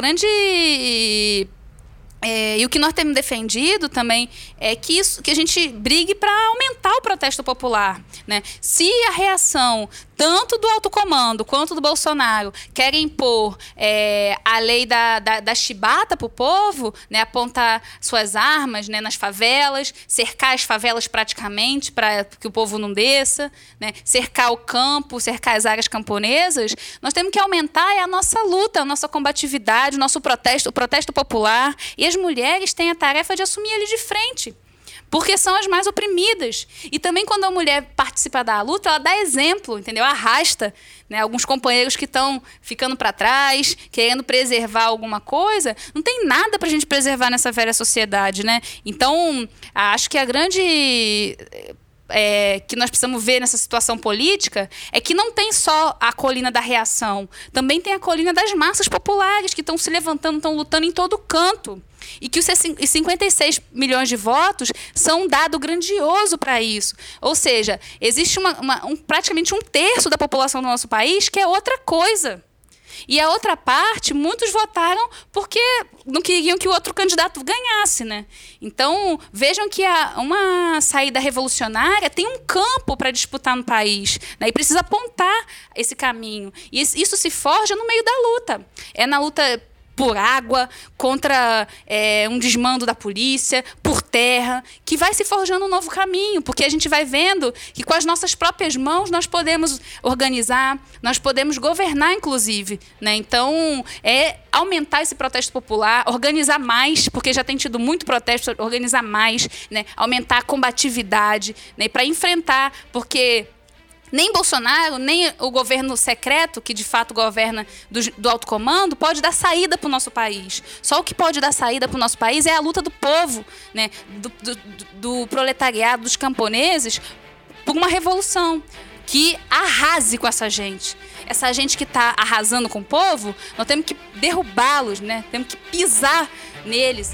E o que nós temos defendido também é que a gente brigue para aumentar o protesto popular, né? Se a reação tanto do alto comando quanto do Bolsonaro querem impor a lei da chibata para o povo, né? Apontar suas armas, né, nas favelas, cercar as favelas praticamente para que o povo não desça, né? Cercar o campo, cercar as áreas camponesas, nós temos que aumentar a nossa luta, a nossa combatividade, o protesto popular. E as mulheres têm a tarefa de assumir ele de frente, porque são as mais oprimidas. E também, quando a mulher participa da luta, ela dá exemplo, entendeu? Arrasta, né, alguns companheiros que estão ficando para trás, querendo preservar alguma coisa. Não tem nada para a gente preservar nessa velha sociedade, né? Então, acho que a grande... que nós precisamos ver nessa situação política é que não tem só a colina da reação, também tem a colina das massas populares que estão se levantando, estão lutando em todo canto. E que os 56 milhões de votos são um dado grandioso para isso. Ou seja, existe praticamente 1/3 da população do nosso país que é outra coisa. E a outra parte, muitos votaram porque não queriam que o outro candidato ganhasse, né? Então, vejam que uma saída revolucionária tem um campo para disputar no país, né? E precisa apontar esse caminho. E isso se forja no meio da luta. É na luta por água, contra um desmando da polícia, por terra, que vai se forjando um novo caminho, porque a gente vai vendo que com as nossas próprias mãos nós podemos organizar, nós podemos governar, inclusive, né? Então, aumentar esse protesto popular, organizar mais, porque já tem tido muito protesto, organizar mais, né? Aumentar a combatividade, né? Para enfrentar, porque nem Bolsonaro, nem o governo secreto, que de fato governa do alto comando, pode dar saída para o nosso país. Só o que pode dar saída para o nosso país é a luta do povo, né? do proletariado, dos camponeses, por uma revolução que arrase com essa gente. Essa gente que está arrasando com o povo, nós temos que derrubá-los, né? Temos que pisar neles.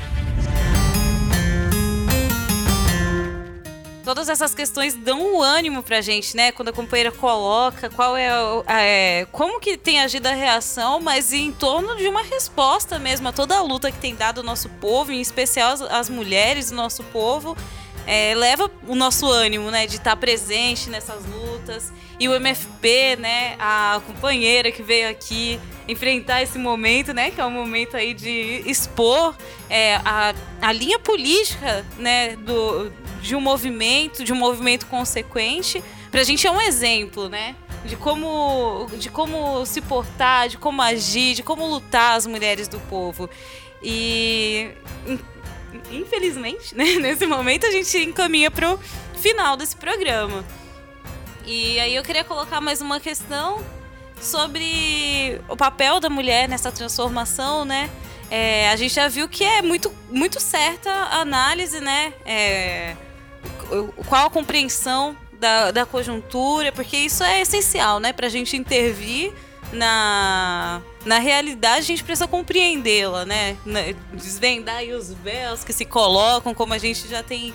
Todas essas questões dão um ânimo pra gente, né? Quando a companheira coloca como que tem agido a reação, mas em torno de uma resposta mesmo a toda a luta que tem dado o nosso povo, em especial as mulheres do nosso povo, leva o nosso ânimo, né? De estar presente nessas lutas. E o MFP, né? A companheira que veio aqui enfrentar esse momento, né? Que é um momento aí de expor a linha política, né? De um movimento consequente. Pra gente é um exemplo, né? De como se portar, de como agir, de como lutar as mulheres do povo. E infelizmente, né, nesse momento a gente encaminha pro final desse programa. E aí eu queria colocar mais uma questão sobre o papel da mulher nessa transformação, né? A gente já viu que é muito, muito certa a análise, né? Qual a compreensão da conjuntura, porque isso é essencial, né? Pra gente intervir na realidade, a gente precisa compreendê-la, né? Desvendar aí os véus que se colocam, como a gente já tem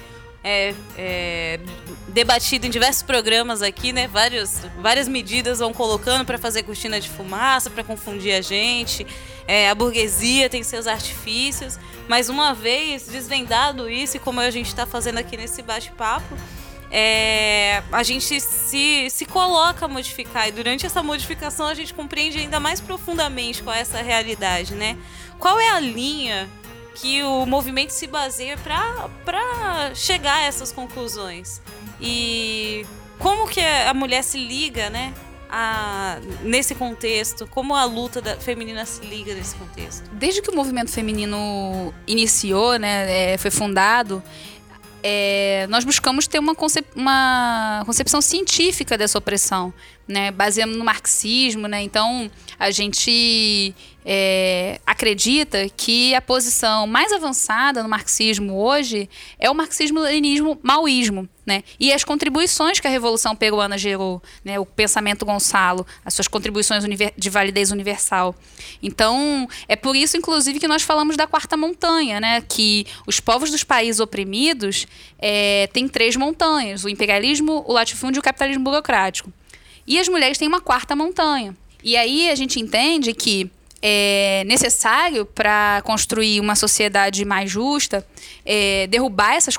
debatido em diversos programas aqui, né? Várias medidas vão colocando para fazer cortina de fumaça, para confundir a gente. A burguesia tem seus artifícios, mas uma vez desvendado isso, e como a gente está fazendo aqui nesse bate-papo, a gente se coloca a modificar, e durante essa modificação a gente compreende ainda mais profundamente qual é essa realidade, né? Qual é a linha que o movimento se baseia para chegar a essas conclusões? E como que a mulher se liga, né, nesse contexto? Como a luta feminina se liga nesse contexto? Desde que o movimento feminino iniciou, né, foi fundado, nós buscamos ter uma concepção científica dessa opressão, né, baseando no marxismo, né? Então a gente acredita que a posição mais avançada no marxismo hoje é o marxismo-leninismo-maoísmo, né? E as contribuições que a Revolução Peruana gerou, né? O pensamento Gonçalo, as suas contribuições de validez universal. Então, é por isso, inclusive, que nós falamos da quarta montanha, né? Que os povos dos países oprimidos têm 3 montanhas: o imperialismo, o latifúndio e o capitalismo burocrático. E as mulheres têm uma quarta montanha. E aí a gente entende que é necessário, para construir uma sociedade mais justa, derrubar essas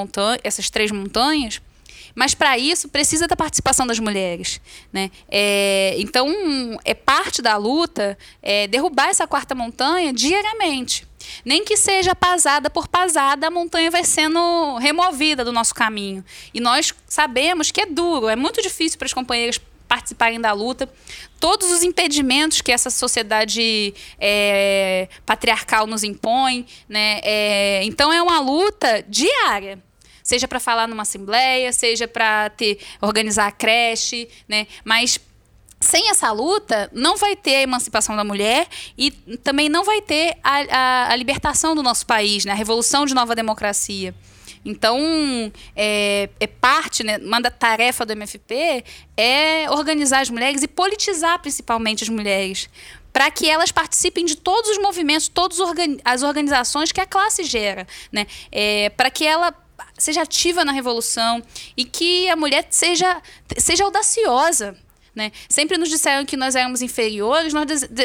3 montanhas, mas para isso precisa da participação das mulheres, né? Então é parte da luta derrubar essa quarta montanha diariamente. Nem que seja pasada por pasada, a montanha vai sendo removida do nosso caminho. E nós sabemos que é duro, é muito difícil para as companheiras participarem da luta, todos os impedimentos que essa sociedade patriarcal nos impõe, né? Então é uma luta diária, seja para falar numa assembleia, seja para organizar a creche, né? Mas sem essa luta não vai ter a emancipação da mulher e também não vai ter a libertação do nosso país, né? A revolução de nova democracia. Então, parte, né, uma tarefa do MFP é organizar as mulheres e politizar principalmente as mulheres, para que elas participem de todos os movimentos, todas as organizações que a classe gera, né? Para que ela seja ativa na revolução e que a mulher seja audaciosa, né? Sempre nos disseram que nós éramos inferiores,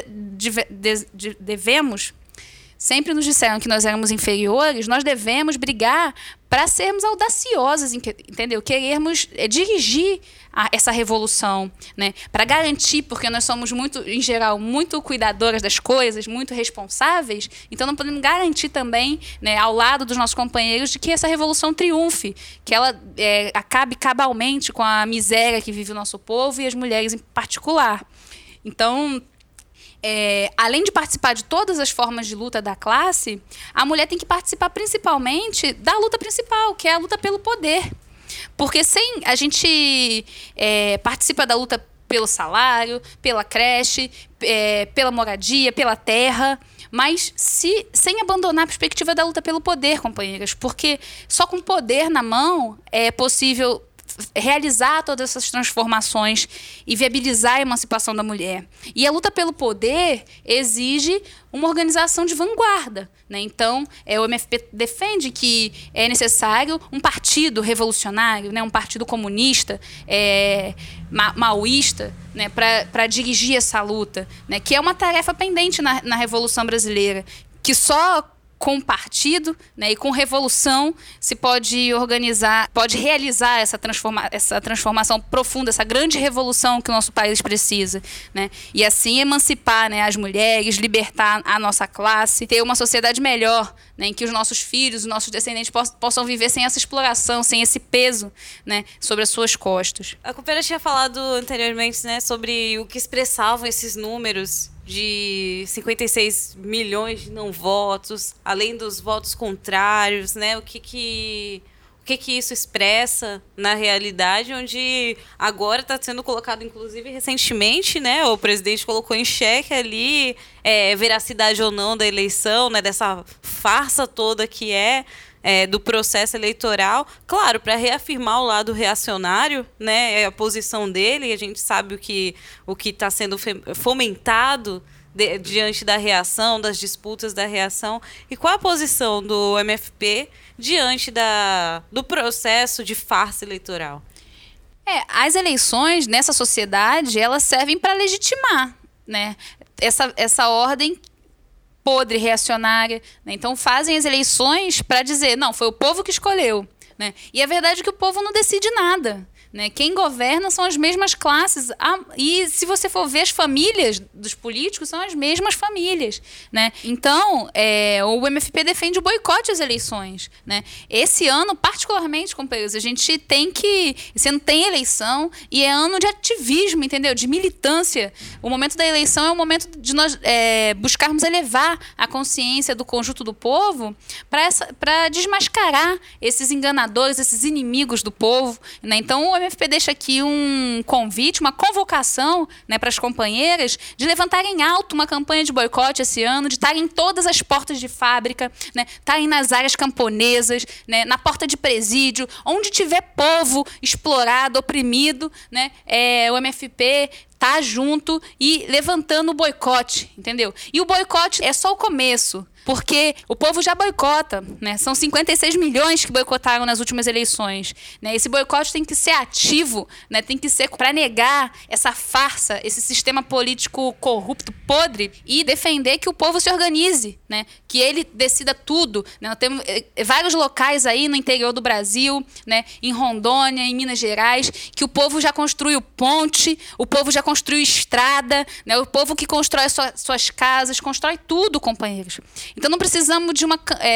Sempre nos disseram que nós éramos inferiores, nós devemos brigar para sermos audaciosas, entendeu? Querermos dirigir essa revolução, né? Para garantir, porque nós somos em geral, muito cuidadoras das coisas, muito responsáveis, então não podemos garantir também, né, ao lado dos nossos companheiros, de que essa revolução triunfe, que ela acabe cabalmente com a miséria que vive o nosso povo e as mulheres em particular. Então, além de participar de todas as formas de luta da classe, a mulher tem que participar principalmente da luta principal, que é a luta pelo poder. Porque a gente participa da luta pelo salário, pela creche, pela moradia, pela terra, mas sem abandonar a perspectiva da luta pelo poder, companheiras, porque só com poder na mão é possível realizar todas essas transformações e viabilizar a emancipação da mulher. E a luta pelo poder exige uma organização de vanguarda, né? Então, o MFP defende que é necessário um partido revolucionário, né? Um partido comunista, maoísta, né? Para dirigir essa luta, né? Que é uma tarefa pendente na Revolução Brasileira, que só com partido, né, e com revolução se pode realizar essa transformação profunda, essa grande revolução que o nosso país precisa, né? E assim emancipar, né, as mulheres, libertar a nossa classe, ter uma sociedade melhor, né, em que os nossos filhos, os nossos descendentes possam viver sem essa exploração, sem esse peso, né, sobre as suas costas. A companheira tinha falado anteriormente, né, sobre o que expressavam esses números de 56 milhões de não votos, além dos votos contrários, né? O que isso expressa na realidade, onde agora está sendo colocado, inclusive recentemente, né? O presidente colocou em xeque ali veracidade ou não da eleição, né? Dessa farsa toda que do processo eleitoral, claro, para reafirmar o lado reacionário, né, a posição dele. A gente sabe o que está sendo fomentado diante da reação, das disputas da reação. E qual a posição do MFP diante do processo de farsa eleitoral? As eleições nessa sociedade, elas servem para legitimar, né, essa ordem podre, reacionária, né? Então fazem as eleições para dizer, não, foi o povo que escolheu, né? E a verdade é que o povo não decide nada, né? Quem governa são as mesmas classes. E se você for ver, as famílias dos políticos são as mesmas famílias, né? Então, o MFP defende o boicote às eleições, né? Esse ano, particularmente, companheiros, a gente tem que... Esse ano tem eleição e é ano de ativismo, entendeu? De militância. O momento da eleição é o momento de nós buscarmos elevar a consciência do conjunto do povo para desmascarar esses enganadores, esses inimigos do povo, né? Então, o MFP deixa aqui um convite, uma convocação, né, para as companheiras de levantarem alto uma campanha de boicote esse ano, de estarem em todas as portas de fábrica, né, estarem nas áreas camponesas, né, na porta de presídio, onde tiver povo explorado, oprimido, né, o MFP tá junto e levantando o boicote, entendeu? E o boicote é só o começo, porque o povo já boicota, né? São 56 milhões que boicotaram nas últimas eleições, né? Esse boicote tem que ser ativo, né? Tem que ser para negar essa farsa, esse sistema político corrupto, podre, e defender que o povo se organize, né? Que ele decida tudo, né? Nós temos vários locais aí no interior do Brasil, né? Em Rondônia, em Minas Gerais, que o povo já construiu ponte, o povo já construiu estrada, né? O povo que constrói suas casas, constrói tudo, companheiros. Então não precisamos de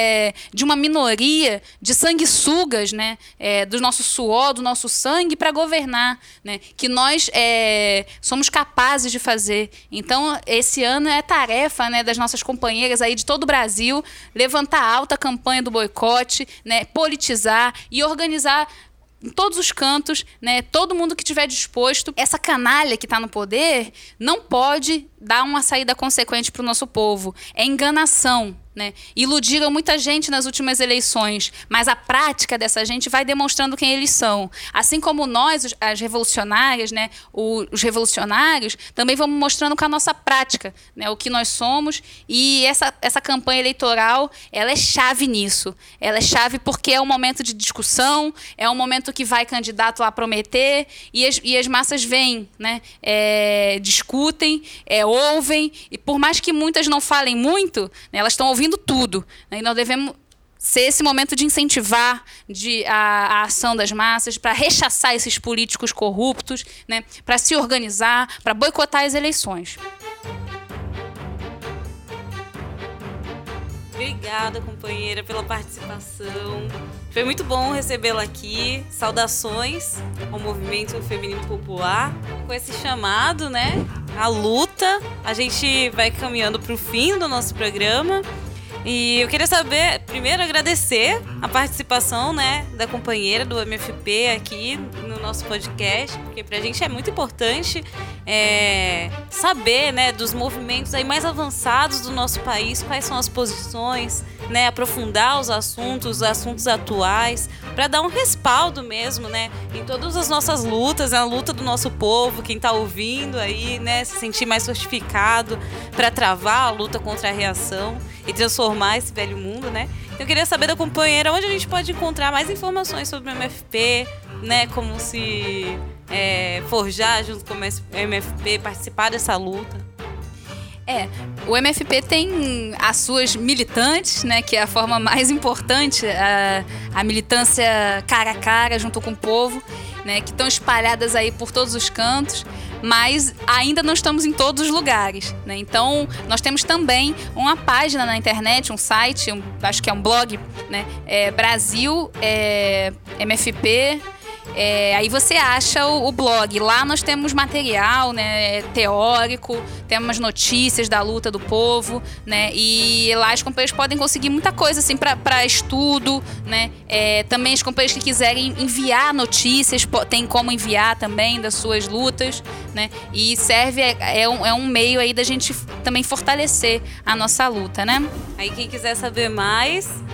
uma minoria de sanguessugas, né? Do nosso suor, do nosso sangue para governar, né? Que nós somos capazes de fazer. Então esse ano é tarefa, né, das nossas companheiras aí de todo o Brasil levantar alta a campanha do boicote, né? Politizar e organizar em todos os cantos, né, todo mundo que estiver disposto. Essa canalha que está no poder não pode dar uma saída consequente para o nosso povo. É enganação, né? Iludiram muita gente nas últimas eleições, mas a prática dessa gente vai demonstrando quem eles são. Assim como nós, as revolucionárias, né, os revolucionários, também vamos mostrando com a nossa prática, né, o que nós somos. E essa campanha eleitoral, ela é chave nisso. Ela é chave porque é um momento de discussão, é um momento que vai candidato lá prometer, e as massas vêm, né, discutem, ouvem, e por mais que muitas não falem muito, né, elas estão ouvindo tudo, né? E nós devemos ser esse momento de incentivar a ação das massas, para rechaçar esses políticos corruptos, né? Para se organizar, para boicotar as eleições. Obrigada, companheira, pela participação. Foi muito bom recebê-la aqui. Saudações ao movimento feminino popular. Com esse chamado, né, a luta, a gente vai caminhando para o fim do nosso programa. E eu queria saber, primeiro agradecer a participação, né, da companheira do MFP aqui no nosso podcast, porque pra gente é muito importante saber, né, dos movimentos aí mais avançados do nosso país, quais são as posições, né, aprofundar os assuntos atuais, para dar um respaldo mesmo, né, em todas as nossas lutas, a luta do nosso povo, quem tá ouvindo aí, né, se sentir mais fortificado para travar a luta contra a reação e transformar esse velho mundo, né? Então eu queria saber da companheira onde a gente pode encontrar mais informações sobre o MFP, né? Como se forjar junto com o MFP, participar dessa luta. O MFP tem as suas militantes, né, que é a forma mais importante, a militância cara a cara junto com o povo, né, que estão espalhadas aí por todos os cantos, mas ainda não estamos em todos os lugares, né? Então nós temos também uma página na internet, um site, acho que é um blog, né, Brasil MFP. Aí você acha o blog. Lá nós temos material, né, teórico, temos notícias da luta do povo, né, e lá as companheiras podem conseguir muita coisa assim, para estudo, né. Também as companheiras que quiserem enviar notícias, tem como enviar também das suas lutas, né, e serve, é um meio aí da gente também fortalecer a nossa luta, né. Aí quem quiser saber mais,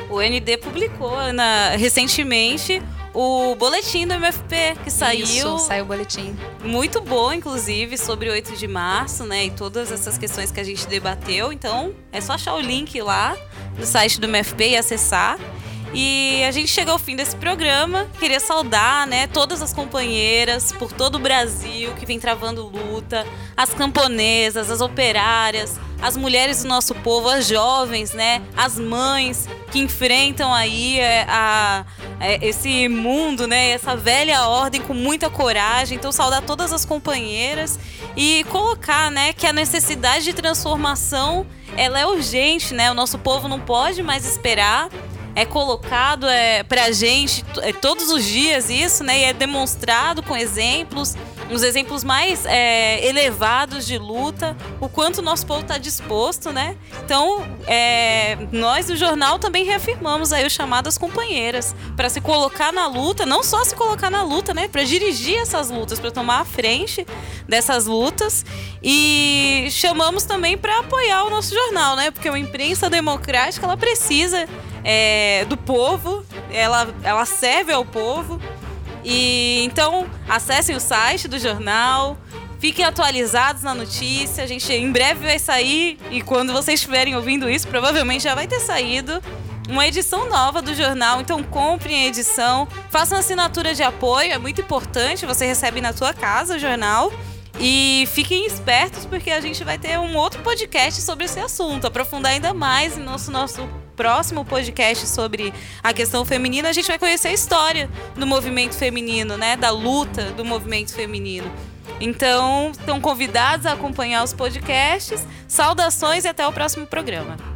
O ND publicou recentemente o boletim do MFP, que saiu. Isso, saiu o boletim. Muito bom, inclusive, sobre o 8 de março, né? E todas essas questões que a gente debateu. Então, é só achar o link lá no site do MFP e acessar. E a gente chega ao fim desse programa. Queria saudar, né, todas as companheiras por todo o Brasil que vem travando luta, as camponesas, as operárias, as mulheres do nosso povo, as jovens, né, as mães que enfrentam aí esse mundo, né, essa velha ordem com muita coragem. Então, saudar todas as companheiras e colocar, né, que a necessidade de transformação, ela é urgente, né? O nosso povo não pode mais esperar. É colocado pra gente todos os dias isso, né? E é demonstrado com exemplos, os exemplos mais elevados de luta, o quanto o nosso povo está disposto, né? Então, nós do jornal também reafirmamos aí o chamado às companheiras para se colocar na luta, não só se colocar na luta, né? Para dirigir essas lutas, para tomar a frente dessas lutas. E chamamos também para apoiar o nosso jornal, né? Porque uma imprensa democrática, ela precisa do povo, ela serve ao povo. E então acessem o site do jornal, fiquem atualizados na notícia. A gente em breve vai sair, e quando vocês estiverem ouvindo isso, provavelmente já vai ter saído uma edição nova do jornal. Então comprem a edição, façam assinatura de apoio, é muito importante, você recebe na sua casa o jornal. E fiquem espertos, porque a gente vai ter um outro podcast sobre esse assunto, aprofundar ainda mais em nosso próximo podcast sobre a questão feminina. A gente vai conhecer a história do movimento feminino, né? Da luta do movimento feminino. Então, estão convidados a acompanhar os podcasts. Saudações e até o próximo programa.